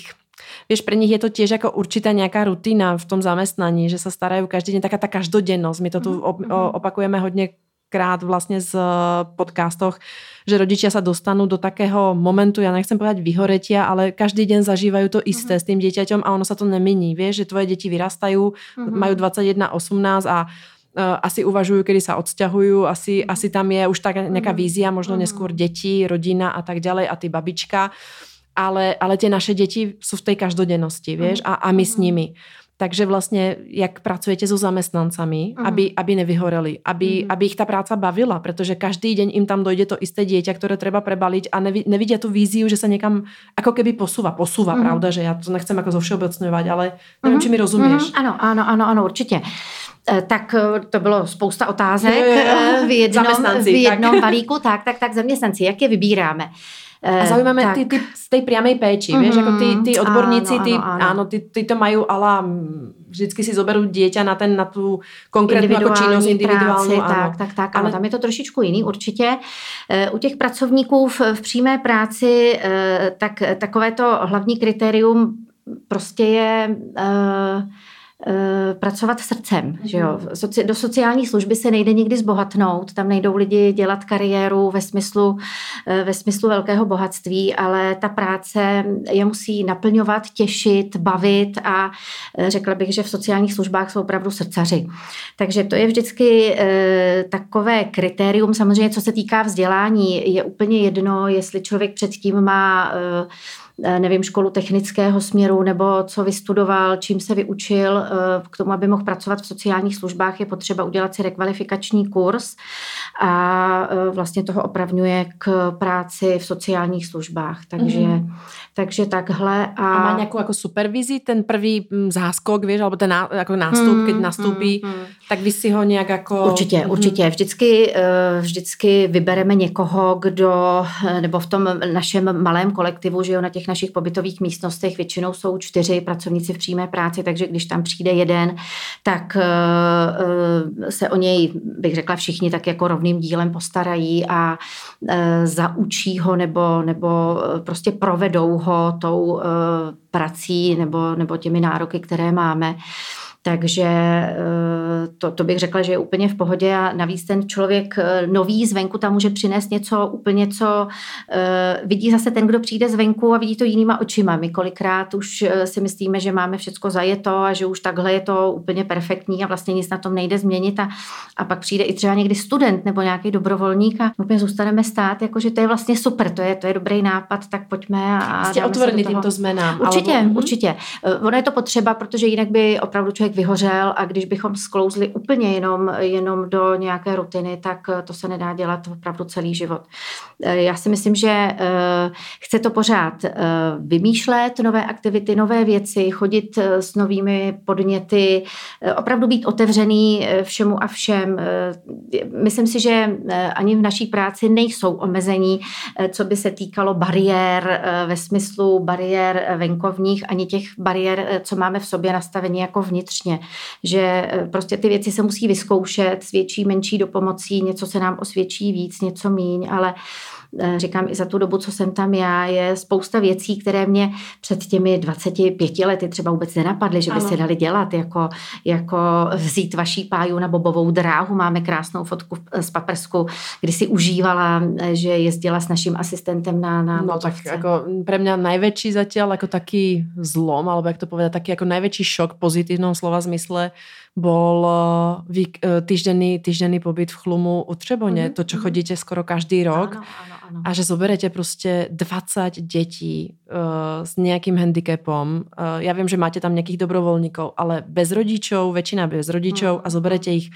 Vieš, pre nich je to tiež ako určitá nejaká rutina v tom zamestnaní, že sa starajú každý deň, taká tá každodennosť. My to tu op- opakujeme hodne krát vlastne z podcastoch, že rodičia sa dostanú do takého momentu, ja nechcem povedať vyhoretia, ale každý deň zažívajú to isté uh-huh. s tým dieťaťom a ono sa to nemení. Vieš, že tvoje deti vyrastajú, uh-huh. majú dvadsaťjeden osemnásť a uh, asi uvažujú, kedy sa odsťahujú, asi, uh-huh. asi tam je už taká nejaká vízia, možno uh-huh. neskôr deti, rodina a tak ďalej a ty babička. Ale, ale tie naše deti sú v tej každodennosti, vieš, uh-huh. a, a my uh-huh. s nimi. Takže vlastne, jak pracujete so zamestnancami, uh-huh. aby, aby nevyhoreli, aby, uh-huh. aby ich tá práca bavila, pretože každý deň im tam dojde to isté dieťa, ktoré treba prebaliť a nevi, nevidia tú víziu, že sa niekam ako keby posúva. Posúva, uh-huh. pravda, že ja to nechcem ako zovšeobecňovať, ale neviem, uh-huh. či mi rozumieš. Uh-huh. Ano, ano, ano, ano, určitě. Tak to bylo spousta otázek jo, jo, jo. v jednom, v jednom balíku. Tak, tak, tak, zaměstnanci, jak je vybíráme? A zaujímavé tak... ty, ty z tej priamej péči, mm-hmm. vieš, ako tí, tí odborníci, áno, tí, áno, áno. áno tí, tí to majú ala, vždycky si zoberú dieťa na, ten, na tú konkrétnu ako činnosť individuálnu. Práci, tak, tak, tak, ale... ano, tam je to trošičku jiný určitě. U těch pracovníků v, v přímé práci tak takové to hlavní kritérium prostě je... Uh, pracovat srdcem. Že jo? Do sociální služby se nejde nikdy zbohatnout, tam nejdou lidi dělat kariéru ve smyslu, ve smyslu velkého bohatství, ale ta práce je musí naplňovat, těšit, bavit a řekla bych, že v sociálních službách jsou opravdu srdcaři. Takže to je vždycky takové kritérium. Samozřejmě, co se týká vzdělání, je úplně jedno, jestli člověk předtím má nevím, školu technického směru nebo co vystudoval, čím se vyučil. K tomu, aby mohl pracovat v sociálních službách, je potřeba udělat si rekvalifikační kurz a vlastně toho opravňuje k práci v sociálních službách. Takže, mm-hmm. takže takhle. A... a má nějakou jako supervizi, ten prvý záskok, vieš, alebo ten ná, jako nástup, mm, keď nastoupí, mm, mm. tak vy si ho nějak jako... Určitě, určitě. Vždycky, vždycky vybereme někoho, kdo, nebo v tom našem malém kolektivu, že jo, na těch našich pobytových místnostech většinou jsou čtyři pracovníci v přímé práci, takže když tam přijde jeden, tak se o něj, bych řekla, všichni tak jako rovným dílem postarají a zaučí ho nebo, nebo prostě provedou ho tou prací nebo, nebo těmi nároky, které máme. Takže to, to bych řekla, že je úplně v pohodě a navíc ten člověk nový zvenku tam může přinést něco úplně, co vidí zase ten, kdo přijde zvenku a vidí to jinýma očima. My kolikrát už si myslíme, že máme všecko zajeto a že už takhle je to úplně perfektní a vlastně nic na tom nejde změnit a, a pak přijde i třeba někdy student nebo nějaký dobrovolník a úplně zůstaneme stát, jakože to je vlastně super, to je, to je dobrý nápad, tak pojďme. A jste otvorení tímto změnám. Určitě, alebo... určitě. Ono je to potřeba, protože jinak by opravdu člověk vyhořel a když bychom sklouzli úplně jenom, jenom do nějaké rutiny, tak to se nedá dělat opravdu celý život. Já si myslím, že chce to pořád vymýšlet nové aktivity, nové věci, chodit s novými podněty, opravdu být otevřený všemu a všem. Myslím si, že ani v naší práci nejsou omezení, co by se týkalo bariér ve smyslu bariér venkovních, ani těch bariér, co máme v sobě nastavení jako vnitřně. Že prostě ty věci se musí vyzkoušet s větší, menší dopomocí, něco se nám osvědčí víc, něco míň, ale říkám i za tu dobu, co jsem tam já, je spousta věcí, které mě před těmi dvaceti pěti lety třeba vůbec nenapadly, že by ano. se dali dělat, jako, jako vzít vaší páju na bobovou dráhu. Máme krásnou fotku z paprsku, kdy si užívala, že jezdila s naším asistentem na, na No motovce. Tak jako pre mňa najväčší zatiaľ ako taký zlom, alebo jak to povedať, taký ako najväčší šok v pozitívnom slova zmysle bol týždenný, týždenný pobyt v Chlumu u Třebone, mm-hmm. to, čo chodíte skoro každý rok. Áno, áno, áno. A že zoberete proste dvadsať detí uh, s nejakým handicapom. Uh, ja viem, že máte tam nejakých dobrovoľníkov, ale bez rodičov, väčšina bez rodičov mm-hmm. a zoberete ich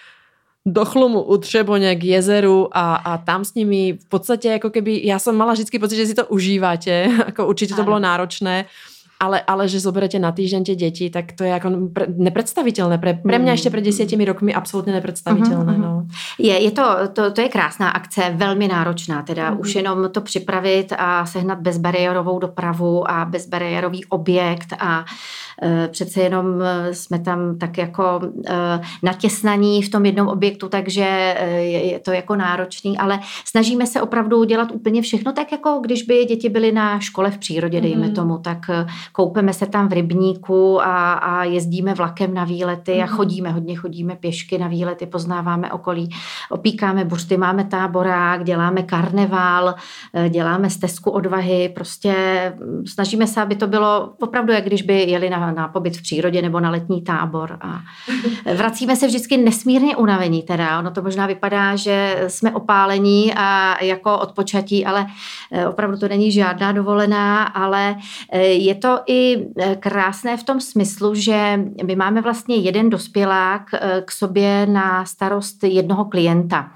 do Chlumu u Třebone k jezeru a, a tam s nimi v podstate ako keby, ja som mala vždycky pocit, že si to užívate, ako určite to bolo náročné, ale, ale že zoberete na týždeň tie deti, tak to je ako pre, nepredstaviteľné. Pre, pre mňa ešte pred desiatimi rokmi absolútne nepredstaviteľné. Mm-hmm. No. Je, je to, to, to je krásná akce, velmi náročná. Teda mm-hmm. už jenom to připravit a sehnat bezbariérovou dopravu a bezbariérový objekt a přece jenom jsme tam tak jako natěsnaní v tom jednom objektu, takže je to jako náročný, ale snažíme se opravdu dělat úplně všechno, tak jako když by děti byly na škole v přírodě, dejme tomu, tak koupeme se tam v rybníku a, a jezdíme vlakem na výlety a chodíme, hodně chodíme pěšky na výlety, poznáváme okolí, opíkáme buřty, máme táborák, děláme karneval, děláme stezku odvahy, prostě snažíme se, aby to bylo opravdu, jak když by jeli na, na pobyt v přírodě nebo na letní tábor. A vracíme se vždycky nesmírně unavení teda, ono to možná vypadá, že jsme opálení a jako odpočatí, ale opravdu to není žádná dovolená, ale je to i krásné v tom smyslu, že my máme vlastně jeden dospělák k sobě na starost jednoho klienta.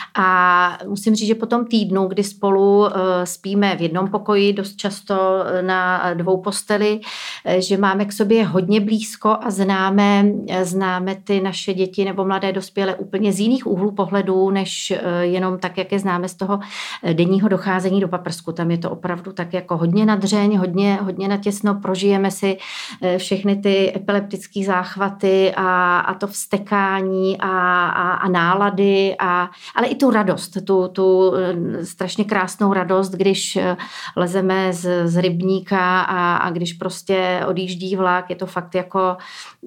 A musím říct, že po tom týdnu, kdy spolu spíme v jednom pokoji, dost často na dvou posteli, že máme k sobě hodně blízko a známe, známe ty naše děti nebo mladé dospělé úplně z jiných úhlů pohledů, než jenom tak, jak je známe z toho denního docházení do paprsku. Tam je to opravdu tak jako hodně na dřeň, hodně, hodně natěsno, prožijeme si všechny ty epileptické záchvaty a, a to vztekání a, a, a nálady, a, ale i tu radost, tu, tu strašně krásnou radost, když lezeme z, z rybníka a, a když prostě odjíždí vlak, je to fakt jako,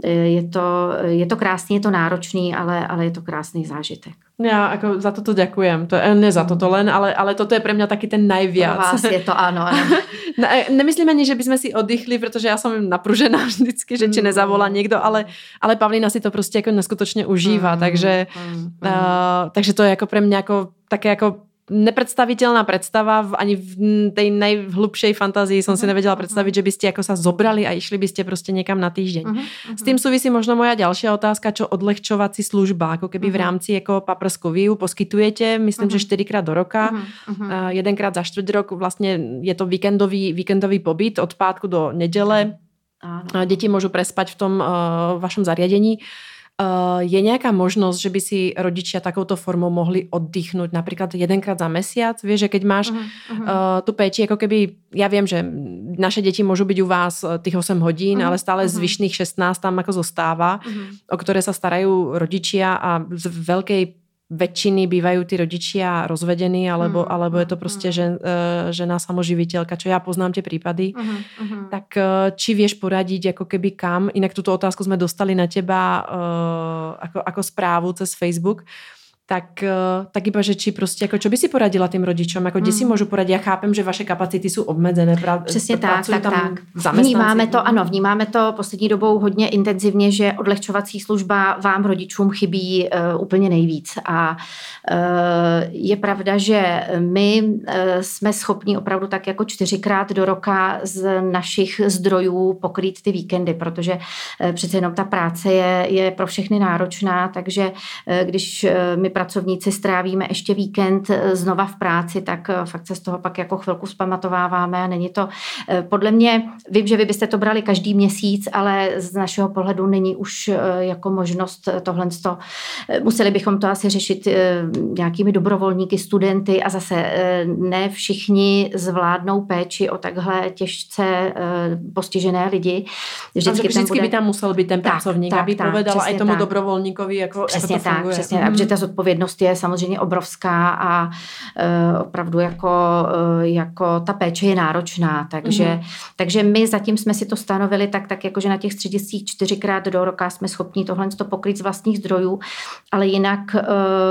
je to, je to krásný, je to náročný, ale, ale je to krásný zážitek. Ja ako za toto ďakujem. To, ne za toto len, ale, ale toto je pre mňa taký ten najviac. Pro vás je to áno. áno. Nemyslím ani, že by sme si oddychli, pretože ja som napružená vždycky, že či nezavolá niekto, ale, ale Pavlína si to prostě jako neskutočne užíva, mm, takže, mm, mm. Uh, takže to je jako pre mňa ako, také ako nepredstaviteľná predstava, ani v tej najhlubšej fantázii som si nevedela predstaviť, že by ste ako sa zobrali a išli by ste proste niekam na týždeň. Uh-huh. S tým súvisí možno moja ďalšia otázka, čo odlehčovací služba, ako keby uh-huh. v rámci ako paprsku vy ju poskytujete, myslím, uh-huh. že štyrikrát do roka, uh-huh. uh, jedenkrát za štvrť rok, vlastne je to víkendový, víkendový pobyt od pátku do nedele. Uh-huh. Deti môžu prespať v tom uh, vašom zariadení. Uh, je nejaká možnosť, že by si rodičia takouto formou mohli oddychnúť napríklad jedenkrát za mesiac? Vieš, že keď máš uh-huh, uh-huh. Uh, tu péči, ako keby, ja viem, že naše deti môžu byť u vás tých osem hodín, uh-huh, ale stále uh-huh. zvyšných šestnásť tam ako zostáva, uh-huh. o ktoré sa starajú rodičia a z veľkej väčšiny bývajú tí rodičia rozvedení, alebo, mm, alebo je to proste mm. žen, žena samoživiteľka, čo ja poznám tie prípady. Mm, mm. Tak či vieš poradiť ako keby kam? Inak túto otázku sme dostali na teba uh, ako, ako správu cez Facebook. Tak, tak iba, že či prostě, jako čo by si poradila tým rodičom, jako kde mm. si můžu poradit, já chápem, že vaše kapacity jsou obmedzené. Pra, Přesně tak, tak, tak. Vnímáme to, ano, vnímáme to poslední dobou hodně intenzivně, že odlehčovací služba vám rodičům chybí uh, úplně nejvíc. A uh, je pravda, že my uh, jsme schopni opravdu tak jako čtyřikrát do roka z našich zdrojů pokrýt ty víkendy, protože uh, přece jenom ta práce je, je pro všechny náročná, takže uh, když uh, my pracovníci strávíme ještě víkend znova v práci, tak fakt se z toho pak jako chvilku vzpamatováváme a není to, podle mě, vím, že vy byste to brali každý měsíc, ale z našeho pohledu není už jako možnost tohle. Museli bychom to asi řešit nějakými dobrovolníky, studenty a zase ne všichni zvládnou péči o takhle těžce postižené lidi. Vždycky, vždycky bude... by tam musel být ten pracovník, tak, aby tak, povedala aj tomu tak. dobrovolníkovi, jako, přesně jako to tak, funguje. Přesně tak, protože ta zodpovědnost je samozřejmě obrovská a uh, opravdu jako, uh, jako ta péče je náročná. Takže, mm-hmm. takže my zatím jsme si to stanovili tak, tak jako, že na těch střediscích čtyřikrát do roka jsme schopni tohle pokryt z vlastních zdrojů, ale jinak uh,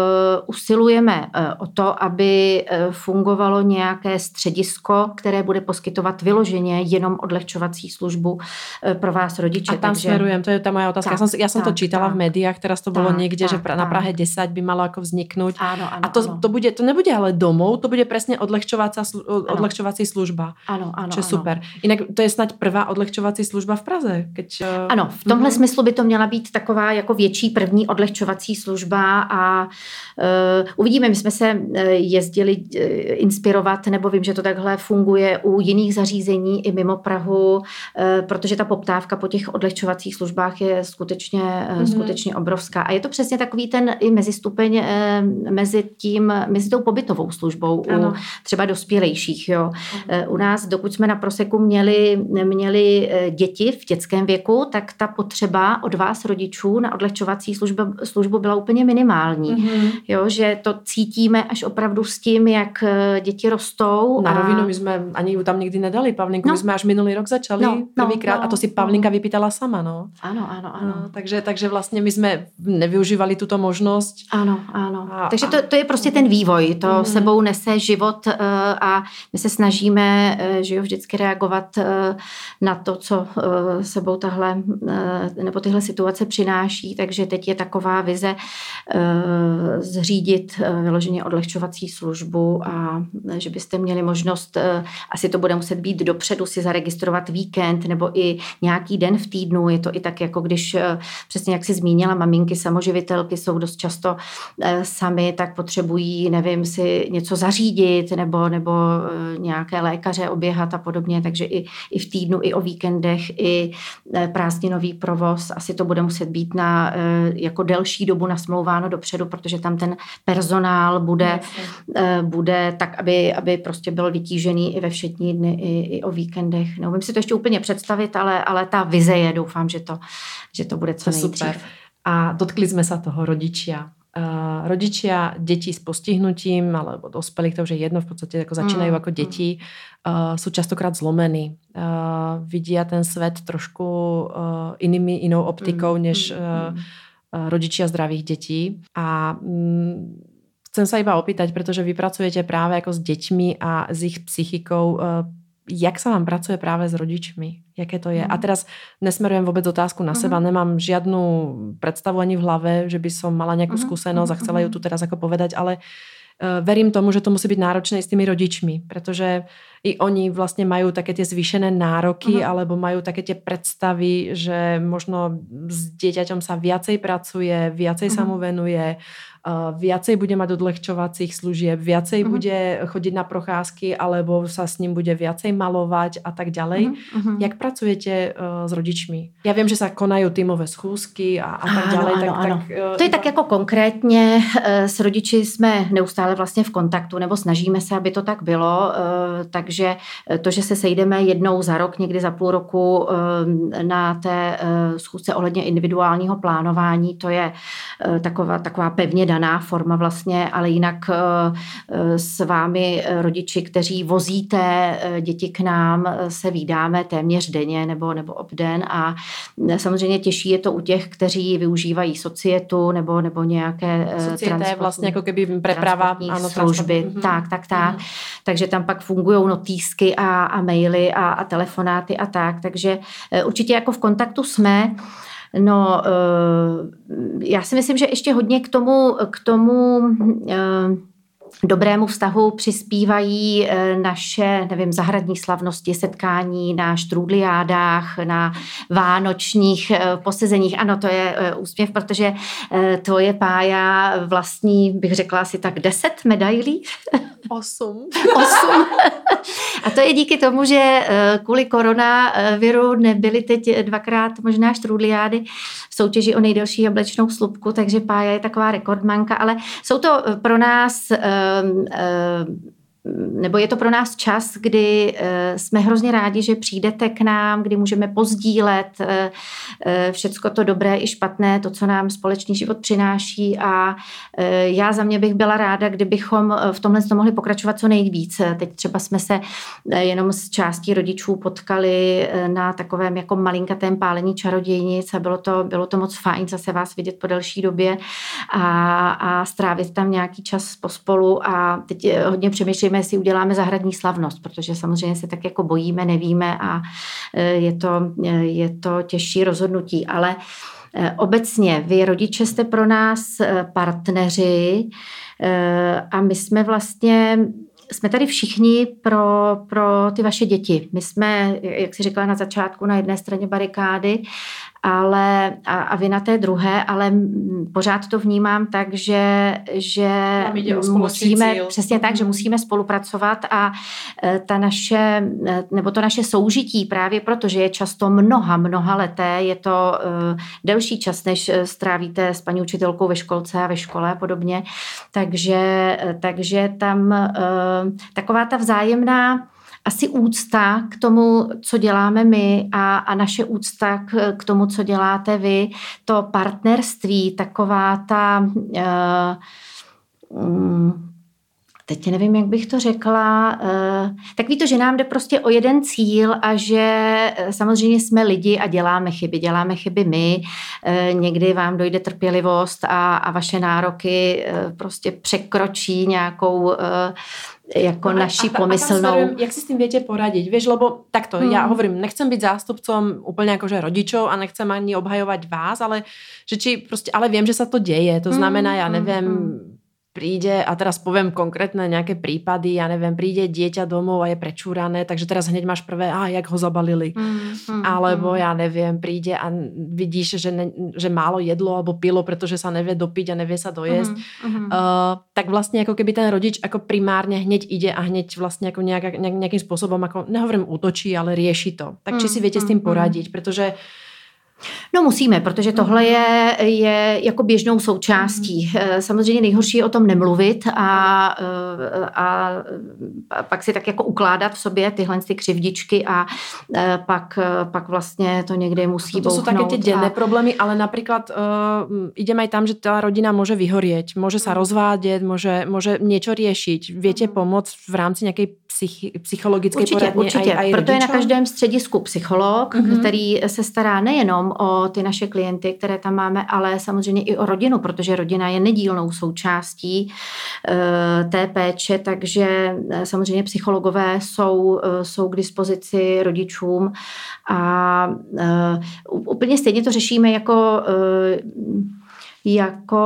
usilujeme uh, o to, aby uh, fungovalo nějaké středisko, které bude poskytovat vyloženě jenom odlehčovací službu uh, pro vás rodiče. A tam takže... smerujem, to je ta moja otázka. Tak, já jsem, já jsem tak, to čítala tak. v médiách, teraz to bylo tak, někde, tak, že na Prahe desať by malo ako vzniknúť. Áno, áno, a to, áno. to, bude, to nebude ale domov, to bude presne odlehčovací, odlehčovací služba. Áno, áno. Čo je super. Inak to je snať prvá odlehčovací služba v Praze. Keď, uh... Ano, v tomhle mm-hmm. smyslu by to měla být taková jako větší první odlehčovací služba a uh, uvidíme, my jsme se uh, jezdili uh, inspirovat, nebo vím, že to takhle funguje u jiných zařízení i mimo Prahu, uh, protože ta poptávka po těch odlehčovacích službách je skutečně, uh, mm-hmm. skutečně obrovská. A je to přesně takový ten i mezistupeň zároveň mezi tím, mezi tou pobytovou službou ano. u třeba dospělejších. Jo. U nás, dokud jsme na Proseku měli, měli děti v dětském věku, tak ta potřeba od vás rodičů na odlehčovací službu, službu byla úplně minimální. Mm-hmm. Jo, že to cítíme až opravdu s tím, jak děti rostou. Na rovinu my jsme ani ju tam nikdy nedali, Pavlinku, no. my jsme až minulý rok začali no, prvýkrát no, no, a to si Pavlinka no. vypýtala sama. No. Ano, ano, ano. No, takže, takže vlastně my jsme nevyužívali tuto možnost. Ano, ano. A, takže to, to je prostě ten vývoj, to mm. sebou nese život a my se snažíme, že jo, vždycky reagovat na to, co sebou tahle, nebo tyhle situace přináší, takže teď je taková vize zřídit vyloženě odlehčovací službu a že byste měli možnost, asi to bude muset být dopředu, si zaregistrovat víkend nebo i nějaký den v týdnu, je to i tak, jako když přesně jak si zmínila, maminky samoživitelky jsou dost často sami, tak potřebují, nevím, si něco zařídit nebo, nebo nějaké lékaře oběhat a podobně, takže i, i v týdnu, i o víkendech, i prázdninový provoz, asi to bude muset být na jako delší dobu nasmlouváno dopředu, protože tam ten personál bude, bude tak, aby, aby prostě byl vytížený i ve všední dny, i, i o víkendech. Neumím si to ještě úplně představit, ale, ale ta vize je, doufám, že to, že to bude co nejdřív. Super. A dotkli sme sa toho rodičia. Uh, rodičia detí s postihnutím alebo dospelých, to už je jedno, v podstate ako začínajú mm. ako deti, uh, sú častokrát zlomení. Uh, vidia ten svet trošku uh, inými, inou optikou, mm. než uh, uh, rodičia zdravých detí. A um, chcem sa iba opýtať, pretože vy pracujete práve ako s deťmi a s ich psychikou. Uh, jak sa vám pracuje práve s rodičmi? Jaké to je? Mm. A teraz nesmerujem vôbec otázku na seba, mm. nemám žiadnu predstavu ani v hlave, že by som mala nejakú mm. skúsenosť a chcela ju tu teraz ako povedať, ale uh, verím tomu, že to musí byť náročné s tými rodičmi, pretože i oni vlastne majú také tie zvýšené nároky mm. alebo majú také tie predstavy, že možno s dieťaťom sa viacej pracuje, viacej mm. sa mu venuje, Uh, viacej bude mať odlehčovacích služieb, viacej uh-huh. bude chodiť na procházky alebo sa s ním bude viacej malovať a tak ďalej. Uh-huh. Jak pracujete uh, s rodičmi? Ja viem, že sa konajú tímové schůzky a, a tak ano, ďalej. Ano, tak, ano. Tak, uh, to je iba... tak jako konkrétně s rodiči jsme neustále vlastně v kontaktu, nebo snažíme se, aby to tak bylo. Uh, takže to, že se sejdeme jednou za rok, někdy za půl roku uh, na té uh, schůzce ohledně individuálního plánování, to je uh, taková, taková pevně daná forma vlastně, ale jinak s vámi rodiči, kteří vozíte děti k nám, se vídáme téměř denně nebo, nebo obden a samozřejmě těžší je to u těch, kteří využívají societu nebo, nebo nějaké Societa je vlastně jako keby preprava ano, služby. Transport. Tak, tak, tak. Mm. Takže tam pak fungují notýsky a, a maily a, a telefonáty a tak. Takže určitě jako v kontaktu jsme. No, já si myslím, že ještě hodně k tomu, k tomu dobrému vztahu přispívají naše, nevím, zahradní slavnosti, setkání na štrůdliádách, na vánočních posezeních. Ano, to je úsměv, protože to je Pája vlastní, bych řekla asi tak deset medailí. Osm. Osm. A to je díky tomu, že kvůli koronaviru nebyly teď dvakrát možná štrůdliády v soutěži o nejdelší jablečnou slupku, takže Pája je taková rekordmanka, ale jsou to pro nás nebo je to pro nás čas, kdy jsme hrozně rádi, že přijdete k nám, kdy můžeme pozdílet všecko to dobré i špatné, to, co nám společný život přináší a já za mě bych byla ráda, kdybychom v tomhle mohli pokračovat co nejvíc. Teď třeba jsme se jenom s částí rodičů potkali na takovém jako malinkatém pálení čarodějnic a bylo to, bylo to moc fajn zase vás vidět po delší době a, a strávit tam nějaký čas pospolu a teď hodně přemýšlíme, jestli uděláme zahradní slavnost, protože samozřejmě se tak jako bojíme, nevíme a je to, je to těžší rozhodnutí, ale obecně vy rodiče jste pro nás partneři a my jsme vlastně jsme tady všichni pro, pro ty vaše děti. My jsme, jak si řekla na začátku, na jedné straně barikády ale a, a vy na té druhé, ale pořád to vnímám tak, že, že musíme, cíl. Přesně tak, že musíme spolupracovat a ta naše, nebo to naše soužití právě proto, že je často mnoha, mnoha leté, je to uh, delší čas, než strávíte s paní učitelkou ve školce a ve škole a podobně, takže, takže tam uh, taková ta vzájemná asi úcta k tomu, co děláme my a, a naše úcta k, k tomu, co děláte vy, to partnerství, taková ta... Uh, um, teď nevím, jak bych to řekla, tak ví to, že nám jde prostě o jeden cíl a že samozřejmě jsme lidi a děláme chyby. Děláme chyby my, někdy vám dojde trpělivost a, a vaše nároky prostě překročí nějakou jako no naši a, pomyslnou... A jak si s tým viete poradiť? Vieš, lebo takto, hmm. ja hovorím, nechcem byť zástupcom úplne akože rodičov a nechcem ani obhajovať vás, ale že či proste, ale viem, že sa to deje. To znamená, ja neviem... Hmm. príde, a teraz poviem konkrétne nejaké prípady, ja neviem, príde dieťa domov a je prečúrané, takže teraz hneď máš prvé, a jak ho zabalili. Mm, mm, alebo mm. ja neviem, príde a vidíš, že, ne, že málo jedlo alebo pilo, pretože sa nevie dopiť a nevie sa dojesť. Mm, mm. Uh, tak vlastne ako keby ten rodič ako primárne hneď ide a hneď vlastne ako nejak, nejakým spôsobom, ako nehovorím útočí, ale rieši to. Tak či si viete mm, s tým poradiť, pretože No musíme, protože tohle je, je jako běžnou součástí. Samozřejmě nejhorší je o tom nemluvit a, a, a pak si tak jako ukládat v sobě tyhle ty křivdičky a pak, pak vlastně to někde musí bouchnout. To sú také tie denné a... problémy, ale napríklad uh, idem aj tam, že tá rodina môže vyhorieť, môže sa rozvádeť, môže, môže niečo riešiť. Viete pomôcť v rámci nejakej psychi, psychologické určitě, poradně určitě. Aj, aj Proto rodičom? je na každém středisku psycholog, mm-hmm. který se stará nejenom o ty naše klienty, které tam máme, ale samozřejmě i o rodinu, protože rodina je nedílnou součástí uh, té péče, takže uh, samozřejmě psychologové jsou, uh, jsou k dispozici rodičům a uh, úplně stejně to řešíme jako uh, jako,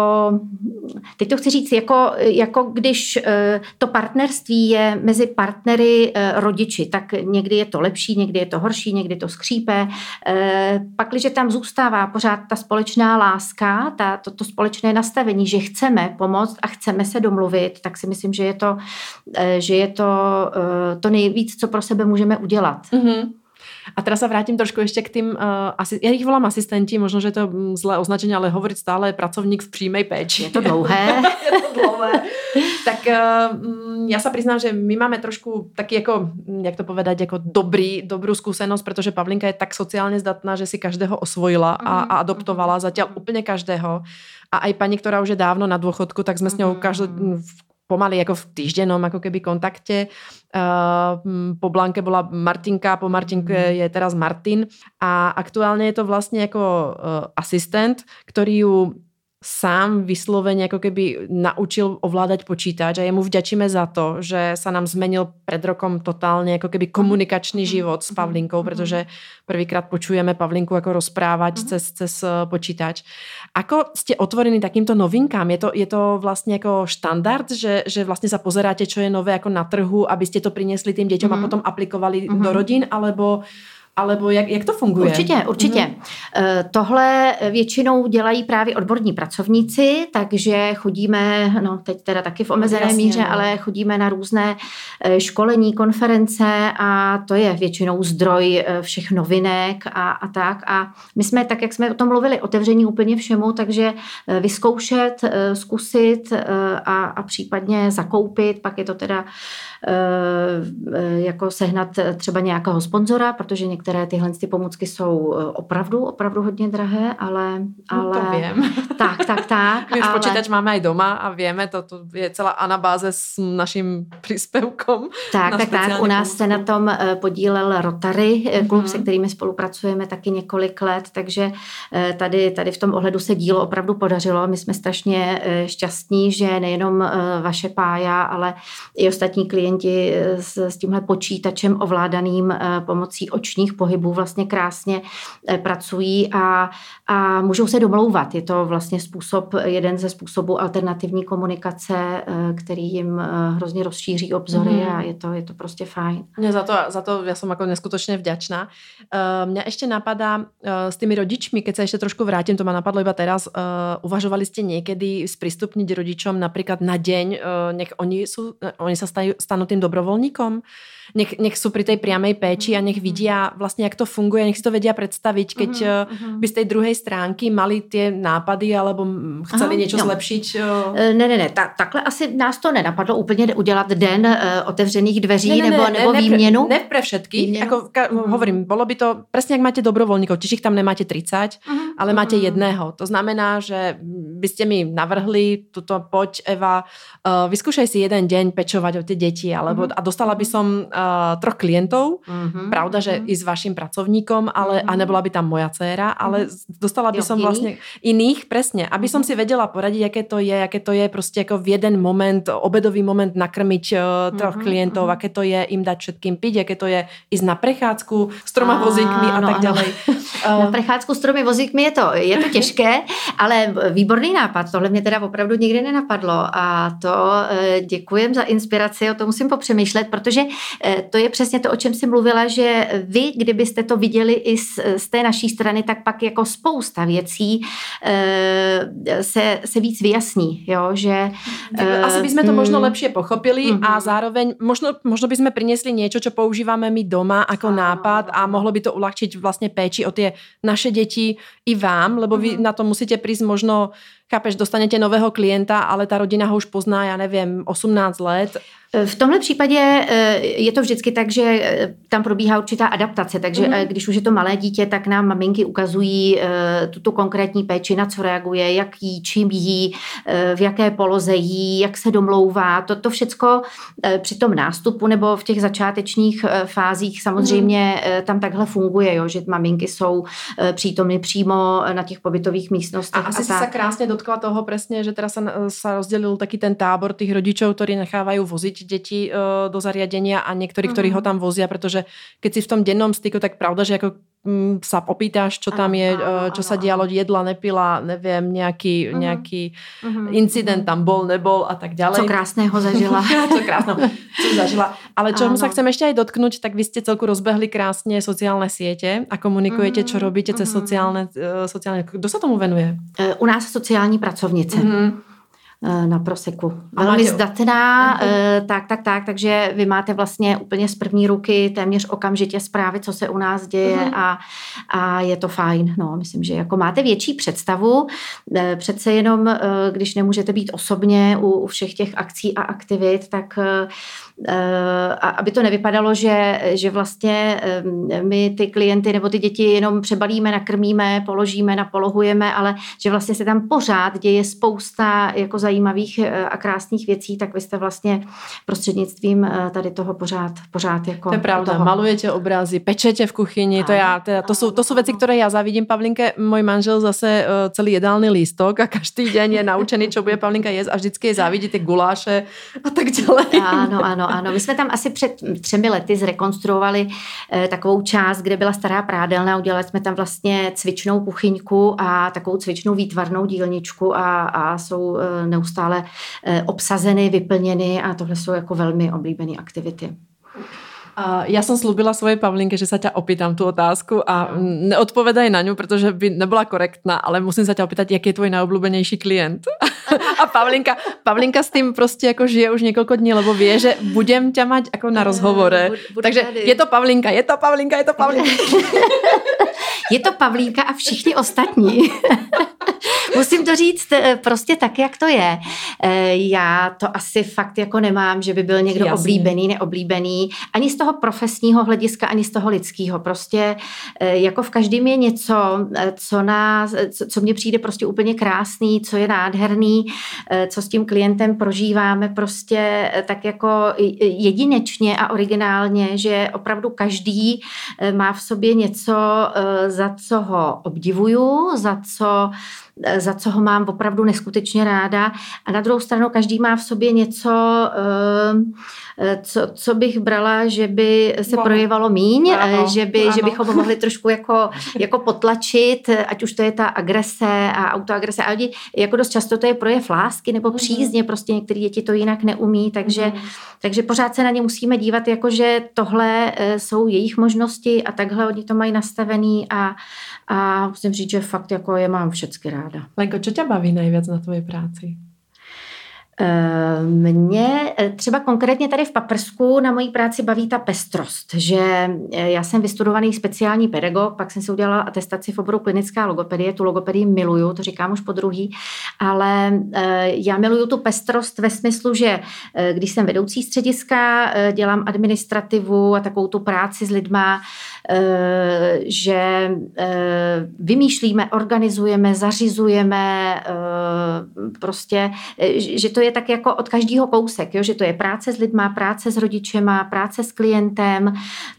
teď to chci říct, jako, jako když to partnerství je mezi partnery rodiči, tak někdy je to lepší, někdy je to horší, někdy to skřípe. Pak, když tam zůstává pořád ta společná láska, ta, to, to společné nastavení, že chceme pomoct a chceme se domluvit, tak si myslím, že je to, že je to, to nejvíc, co pro sebe můžeme udělat. Mm-hmm. A teraz sa vrátim trošku ešte k tým, uh, asi, ja ich volám asistenti, možno, že to je zlé označenie, ale hovoriť stále pracovník v príjmej péči. Je to dlouhé. Je to dlouhé. Tak uh, ja sa priznám, že my máme trošku taký, ako, jak to povedať, ako dobrý, dobrú skúsenosť, pretože Pavlinka je tak sociálne zdatná, že si každého osvojila a, a adoptovala zatiaľ úplne každého. A aj pani, ktorá už je dávno na dôchodku, tak sme s ňou každý pomaly ako v týždennom ako keby kontakte. Uh, po Blanke bola Martinka, po Martinke je teraz Martin a aktuálne je to vlastne ako uh, asistent, ktorý ju sám vyslovene ako keby naučil ovládať počítač a jemu vďačíme za to, že sa nám zmenil pred rokom totálne ako keby komunikačný život s Pavlinkou, pretože prvýkrát počujeme Pavlinku ako rozprávať mm-hmm. cez, cez počítač. Ako ste otvorení takýmto novinkám? Je to, je to vlastne ako štandard, že, že vlastne sa pozeráte, čo je nové ako na trhu, aby ste to priniesli tým deťom mm-hmm. a potom aplikovali mm-hmm. do rodín, alebo Alebo jak, jak to funguje? Určitě, určitě. Mm-hmm. Tohle většinou dělají právě odborní pracovníci, takže chodíme, no teď teda taky v omezené Jasně, míře, no. ale chodíme na různé školení, konference a to je většinou zdroj všech novinek a, a tak. A my jsme, tak jak jsme o tom mluvili, otevření úplně všemu, takže vyzkoušet, zkusit a, a případně zakoupit, pak je to teda jako sehnat třeba nějakého sponzora, protože některé tyhle ty pomůcky jsou opravdu, opravdu hodně drahé, ale... ale... To vím. Tak, tak, tak. My už ale... počítač máme aj doma a vieme, to, to je celá anabáze s naším príspevkom. Tak, tak, tak. U nás pomůcku. Se na tom podílel Rotary, klub, mm-hmm. se kterými spolupracujeme taky několik let, takže tady, tady v tom ohledu se dílo opravdu podařilo. My jsme strašně šťastní, že nejenom vaše Pája, ale i ostatní klienti s, s tímhle počítačem ovládaným pomocí očních různých pohybů vlastně krásně pracují a, a můžou se domlouvat. Je to vlastně způsob, jeden ze způsobů alternativní komunikace, který jim hrozně rozšíří obzory mm. a je to, je to prostě fajn. Mňa za to, za to ja som ako neskutočne vďačná. Uh, mňa ešte napadá uh, s tými rodičmi, keď sa ešte trošku vrátim, to ma napadlo iba teraz, uh, uvažovali ste niekedy sprístupniť rodičom napríklad na deň, uh, nech oni, sú, uh, oni sa stajú, stanú tým dobrovoľníkom? Nech, nech sú pri tej priamej péči a nech vidia vlastne, jak to funguje, nech si to vedia predstaviť, keď uh-huh. by z tej druhej stránky mali tie nápady alebo chceli Aha, niečo jo. zlepšiť. Uh... Ne, ne, ne, ta, takhle asi nás to nenapadlo úplně udělat den uh, otevřených dveří ne, ne, nebo, ne, nebo ne, výměnu. Ne pre všetkých, ako, ka, uh-huh. hovorím, bolo by to presne, ak máte dobrovoľníkov, čiže ich tam nemáte tridsať, uh-huh. ale máte uh-huh. jedného. To znamená, že by ste mi navrhli tuto, poď Eva, uh, vyskúšaj si jeden deň pečovať o tie deti, alebo, uh-huh. a dostala by som uh, troch klientov, uh-huh. pravda, že uh-huh. i s vašim pracovníkom, ale, uh-huh. a nebola by tam moja dcéra, ale uh-huh. dostala by jo, som iných? vlastne iných, presne, aby uh-huh. som si vedela poradiť, aké to je, aké to je proste ako v jeden moment, obedový moment nakrmiť uh, troch uh-huh. klientov, uh-huh. aké to je im dať všetkým piť, aké to je ísť na prechádzku s troma a, vozíkmi a no, tak ďalej. Na prechádzku s tromi vozíkmi je to, je to těžké, ale výborný nápad, tohle mě teda opravdu nikdy nenapadlo a to děkujem za inspiraci, o tom musím popřemýšlet, protože to je přesně to, o čem jsi mluvila, že vy, kdybyste to viděli i z, z té naší strany, tak pak jako spousta věcí se, se víc vyjasní, jo, že... Asi by sme to možno lepšie pochopili mm-hmm. a zároveň možno, možno by sme priniesli niečo, čo používame my doma ako ah, nápad a mohlo by to uľahčiť vlastne péči o tie naše deti i vám, lebo vy mm-hmm. na to musíte prísť možno, chápeš, dostanete nového klienta, ale ta rodina ho už pozná, já nevím, osmnáct let. V tomhle případě je to vždycky tak, že tam probíhá určitá adaptace, takže mm-hmm. když už je to malé dítě, tak nám maminky ukazují tuto konkrétní péči, na co reaguje, jak jí, čím jí, v jaké poloze jí, jak se domlouvá. To, to všecko při tom nástupu nebo v těch začátečních fázích samozřejmě mm-hmm. tam takhle funguje, jo, že maminky jsou přítomny přímo na těch pobytových místnostech. A asi a si sa krásne dotkla toho presne, že teraz sa, sa rozdelil taký ten tábor tých rodičov, ktorí nechávajú voziť deti uh, do zariadenia a niektorí, ktorí uh-huh. ho tam vozia, pretože keď si v tom dennom styku, tak pravda, že ako mm, sa opýtáš, čo ano, tam je, ano, čo ano, sa dialo, jedla, nepila, neviem, nejaký, uh-huh. nejaký uh-huh. incident tam bol, nebol a tak ďalej. Co krásného zažila. co krásného, co zažila. Ale čo sa chcem ešte aj dotknúť, tak vy ste celku rozbehli krásne sociálne siete a komunikujete, čo robíte cez uh-huh. sociálne, uh, sociálne... Kto sa tomu venuje? U nás sociální pracovnice. Uh-huh. Na Proseku. Velmi zdatná, uh-huh. tak, tak, tak, takže vy máte vlastně úplně z první ruky téměř okamžitě zprávy, co se u nás děje uh-huh. a, a je to fajn. No, myslím, že jako máte větší představu, přece jenom, když nemůžete být osobně u, u všech těch akcí a aktivit, tak a aby to nevypadalo, že, že vlastně my ty klienty nebo ty děti jenom přebalíme, nakrmíme, položíme, napolohujeme, ale že vlastně se tam pořád děje spousta jako zajímavých a krásných věcí, tak vy jste vlastně prostřednictvím tady toho pořád, pořád jako... To je pravda, toho. Malujete obrazy, pečete v kuchyni, to, já, teda, to, jsou, to jsou věci, které já závidím. Pavlinke, můj manžel zase celý jedálny lístok a každý den je naučený, čo bude Pavlinka jesť a vždycky je závidí ty guláše a tak dále. Ano, ano, ano. My jsme tam asi před třemi lety zrekonstruovali eh, takovou část, kde byla stará prádelna, udělali jsme tam vlastně cvičnou kuchyňku a takovou cvičnou výtvarnou dílničku a, a jsou eh, neustále eh, obsazeny, vyplněny a tohle jsou jako velmi oblíbené aktivity. Uh, ja som slúbila svojej Pavlinke, že sa ťa opýtam tú otázku a neodpovedaj na ňu, pretože by nebola korektná, ale musím sa ťa opýtať, aký je tvoj najobľúbenejší klient. A Pavlinka, Pavlinka s tým proste ako žije už niekoľko dní, lebo vie, že budem ťa mať ako na rozhovore. Budu Takže tady. je to Pavlinka, je to Pavlinka, je to Pavlinka. Je to Pavlínka a všichni ostatní. Musím to říct prostě tak, jak to je. Já to asi fakt jako nemám, že by byl někdo Jasně. oblíbený, neoblíbený. Ani z toho profesního hlediska, ani z toho lidského. Prostě jako v každém je něco, co, nás, co mně přijde prostě úplně krásný, co je nádherný, co s tím klientem prožíváme prostě tak jako jedinečně a originálně, že opravdu každý má v sobě něco, za co ho obdivuju, za co za co ho mám opravdu neskutečně ráda. A na druhou stranu každý má v sobě něco, co, co bych brala, že by se wow. projevalo míň, ano, že, by, že bychom ho mohli trošku jako, jako potlačit, ať už to je ta agrese a autoagrese. A lidi, jako dost často to je projev lásky nebo přízně, prostě některé děti to jinak neumí, takže, takže pořád se na ně musíme dívat, jako že tohle jsou jejich možnosti a takhle oni to mají nastavený a, a musím říct, že fakt jako je mám všecky ráda. Lenko, čo ťa baví najviac na tvojej práci? Mě třeba konkrétně tady v Paprsku na mojí práci baví ta pestrost, že já jsem vystudovaný speciální pedagog, pak jsem si udělala atestaci v oboru klinická logopedie, tu logopedii miluju, to říkám už po druhý, ale já miluju tu pestrost ve smyslu, že když jsem vedoucí střediska, dělám administrativu a takovou tu práci s lidma, že vymýšlíme, organizujeme, zařizujeme, prostě, že to je tak jako od každého kousek, jo? Že to je práce s lidma, práce s rodičema, práce s klientem,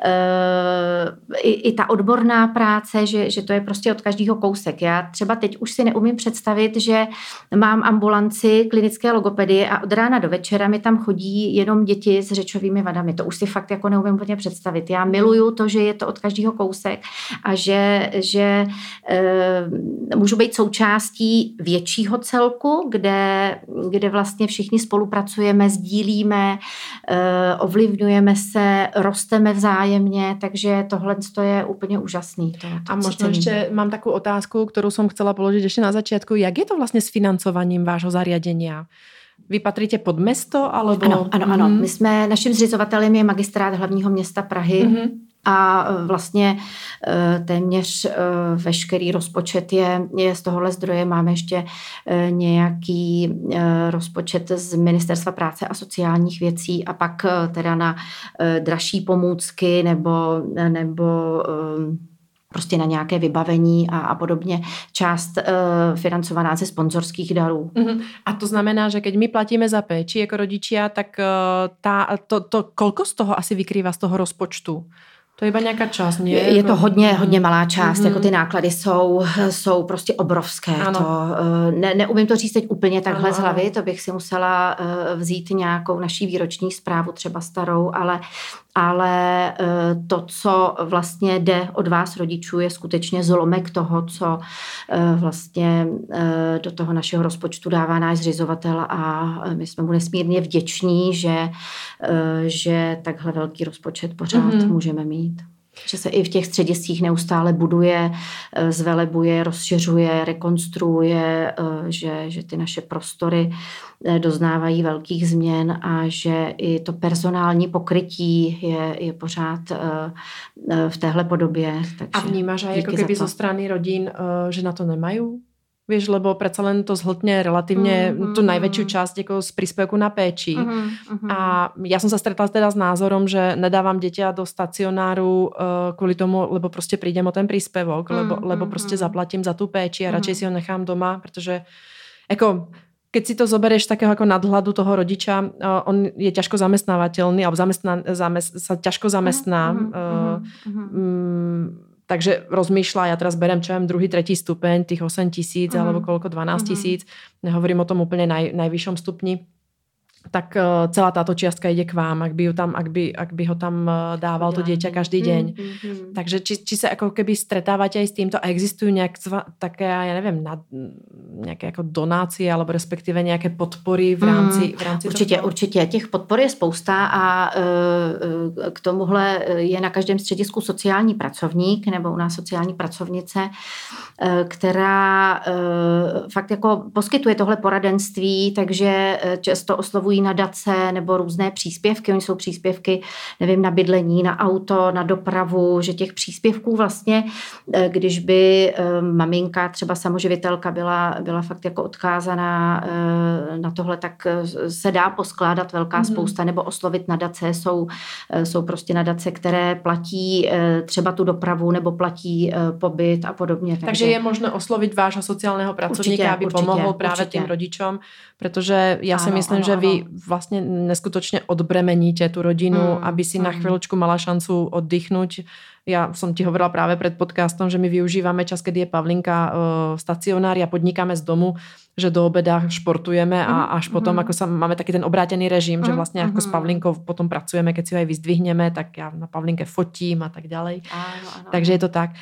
i, i ta odborná práce, že, že to je prostě od každého kousek. Já třeba teď už si neumím představit, že mám ambulanci klinické logopedie a od rána do večera mi tam chodí jenom děti s řečovými vadami. To už si fakt jako neumím úplně představit. Já miluju to, že je to od každého kousek a že, že e, můžu být součástí většího celku, kde, kde vlastně všichni spolupracujeme, sdílíme, e, ovlivňujeme se, rosteme vzájemně, takže tohle je úplně úžasný. To, to a možno ešte mám takú otázku, ktorú som chcela položiť ešte na začiatku. Jak je to vlastne s financovaním vášho zariadenia? Vy patríte pod mesto? Alebo... Ano, ano, ano. Mm-hmm. My jsme, naším zřizovatelem je Magistrát hlavního města Prahy. Mm-hmm. A vlastně téměř veškerý rozpočet je, je z tohohle zdroje. Máme ještě nějaký rozpočet z Ministerstva práce a sociálních věcí a pak teda na dražší pomůcky nebo, nebo prostě na nějaké vybavení a, a podobně. Část uh, financovaná ze sponzorských darů. Uh-huh. A to znamená, že keď my platíme za péči jako rodičia, tak uh, tá, to, to koľko z toho asi vykrýva z toho rozpočtu? To je iba nějaká část, nie? Je to hodně, hodně malá část, mm-hmm. jako ty náklady jsou, jsou prostě obrovské. To, ne, neumím to říct teď úplně takhle ano, z hlavy, to bych si musela vzít nějakou naší výroční zprávu, třeba starou, ale, ale to, co vlastně jde od vás rodičů, je skutečně zlomek toho, co vlastně do toho našeho rozpočtu dává náš zřizovatel a my jsme mu nesmírně vděční, že, že takhle velký rozpočet pořád mm-hmm. můžeme mít. Že se i v těch střediscích neustále buduje, zvelebuje, rozšiřuje, rekonstruuje, že, že ty naše prostory doznávají velkých změn a že i to personální pokrytí je, je pořád v téhle podobě. Takže a vnímáš aj ako keby zo strany rodín, že na to nemajú? Vieš, lebo predsa len to zhltne relatívne mm-hmm. tú najväčšiu časť ako z príspevku na péči. Mm-hmm. A ja som sa stretla teda s názorom, že nedávam dieťa do stacionáru uh, kvôli tomu, lebo proste prídem o ten príspevok, mm-hmm. lebo, lebo proste zaplatím za tú péči a radšej mm-hmm. si ho nechám doma, pretože ako, keď si to zoberieš takého ako nadhľadu toho rodiča, uh, on je ťažko zamestnávateľný, alebo zamestná, zamest, sa ťažko zamestná. Mm-hmm. Uh, mm, Takže rozmýšľa, ja teraz berem, čo viem, druhý, tretí stupeň, tých osem tisíc, mm. alebo koľko, dvanásť tisíc, mm. nehovorím o tom úplne naj, najvyššom stupni, tak uh, celá táto čiastka ide k vám, ak by, ju tam, ak by, ak by ho tam uh, dával to dieťa každý deň. Mm-hmm. Takže či, či sa ako keby stretávate aj s týmto a existujú nejak také, ja neviem, nad, nejaké ako donácie alebo respektíve nejaké podpory v rámci, mm, v rámci určitě, toho? Určitě. Těch podpor je spousta a uh, k tomuhle je na každém středisku sociální pracovník nebo u nás sociální pracovnice, uh, která uh, fakt jako poskytuje tohle poradenství, takže často oslovují nadace nebo různé příspěvky. Oni jsou příspěvky, nevím, na bydlení, na auto, na dopravu, že těch příspěvků vlastně, když by maminka, třeba samoživitelka byla, byla fakt jako odkázaná na tohle, tak se dá poskládat velká mm-hmm. spousta, nebo oslovit nadace. Jsou, jsou prostě nadace, které platí třeba tu dopravu nebo platí pobyt a podobně. Takže, Takže je možné oslovit vášho sociálneho pracovníka, určitě, aby určitě, pomohol právě určitě. Tým rodičom, protože já ano, si myslím, ano, že vy, kedy vlastně neskutočně odbremeníte tu rodinu, mm, aby si mm. na chvíľočku mala šancu oddychnúť. Ja som ti hovorila práve pred podcastom, že my využívame čas, kedy je Pavlinka uh, stacionár a podnikáme z domu, že do obeda športujeme a až potom, ako sa máme taký ten obrátený režim, že vlastne ako s Pavlinkou potom pracujeme, keď si ho aj vyzdvihneme, tak ja na Pavlinke fotím a tak ďalej. Áno, áno. Takže je to tak.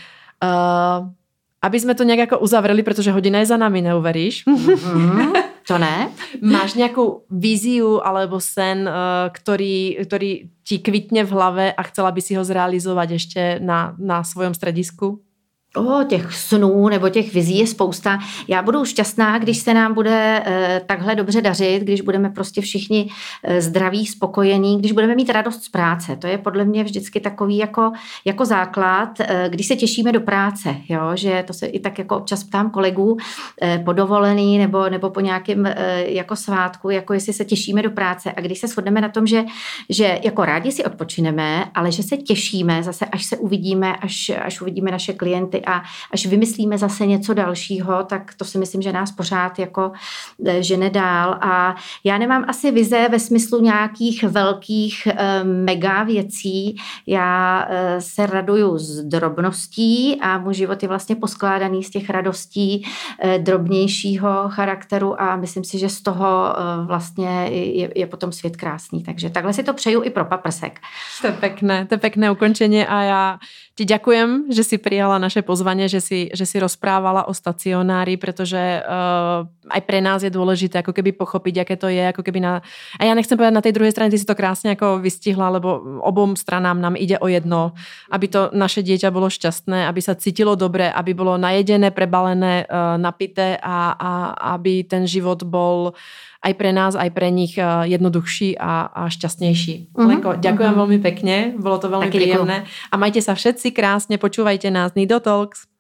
Uh, aby sme to nejak ako uzavreli, pretože hodina je za nami, neuveríš? Mm-hmm. To ne. Máš nejakú víziu alebo sen, ktorý, ktorý ti kvitne v hlave a chcela by si ho zrealizovať ešte na, na svojom stredisku? O, těch snů nebo těch vizí je spousta. Já budu šťastná, když se nám bude e, takhle dobře dařit, když budeme prostě všichni e, zdraví, spokojení, když budeme mít radost z práce. To je podle mě vždycky takový jako, jako základ, e, když se těšíme do práce, jo? Že to se i tak jako občas ptám kolegů e, po dovolený nebo, nebo po nějakém e, jako svátku, jako jestli se těšíme do práce a když se shodneme na tom, že, že jako rádi si odpočineme, ale že se těšíme zase, až se uvidíme, až, až uvidíme naše klienty a až vymyslíme zase něco dalšího, tak to si myslím, že nás pořád jako žene dál. A já nemám asi vize ve smyslu nějakých velkých mega věcí. Já se raduju z drobností a můj život je vlastně poskládaný z těch radostí drobnějšího charakteru a myslím si, že z toho vlastně je, je potom svět krásný. Takže takhle si to přeju i pro paprsek. To je pekné, to je pekné ukončenie a ja ti ďakujem, že si prijala naše pozvanie, že si, že si rozprávala o stacionári, pretože uh, aj pre nás je dôležité ako keby pochopiť, aké to je, ako keby na... A ja nechcem povedať na tej druhej strane, ty si to krásne ako vystihla, lebo obom stranám nám ide o jedno, aby to naše dieťa bolo šťastné, aby sa cítilo dobre, aby bolo najedené, prebalené, uh, napité a, a aby ten život bol aj pre nás, aj pre nich jednoduchší a, a šťastnejší. Uh-huh. Lenko, ďakujem uh-huh. veľmi pekne, bolo to veľmi Taky príjemné. Děkuju. A majte sa všetci krásne, počúvajte nás Nido Talks.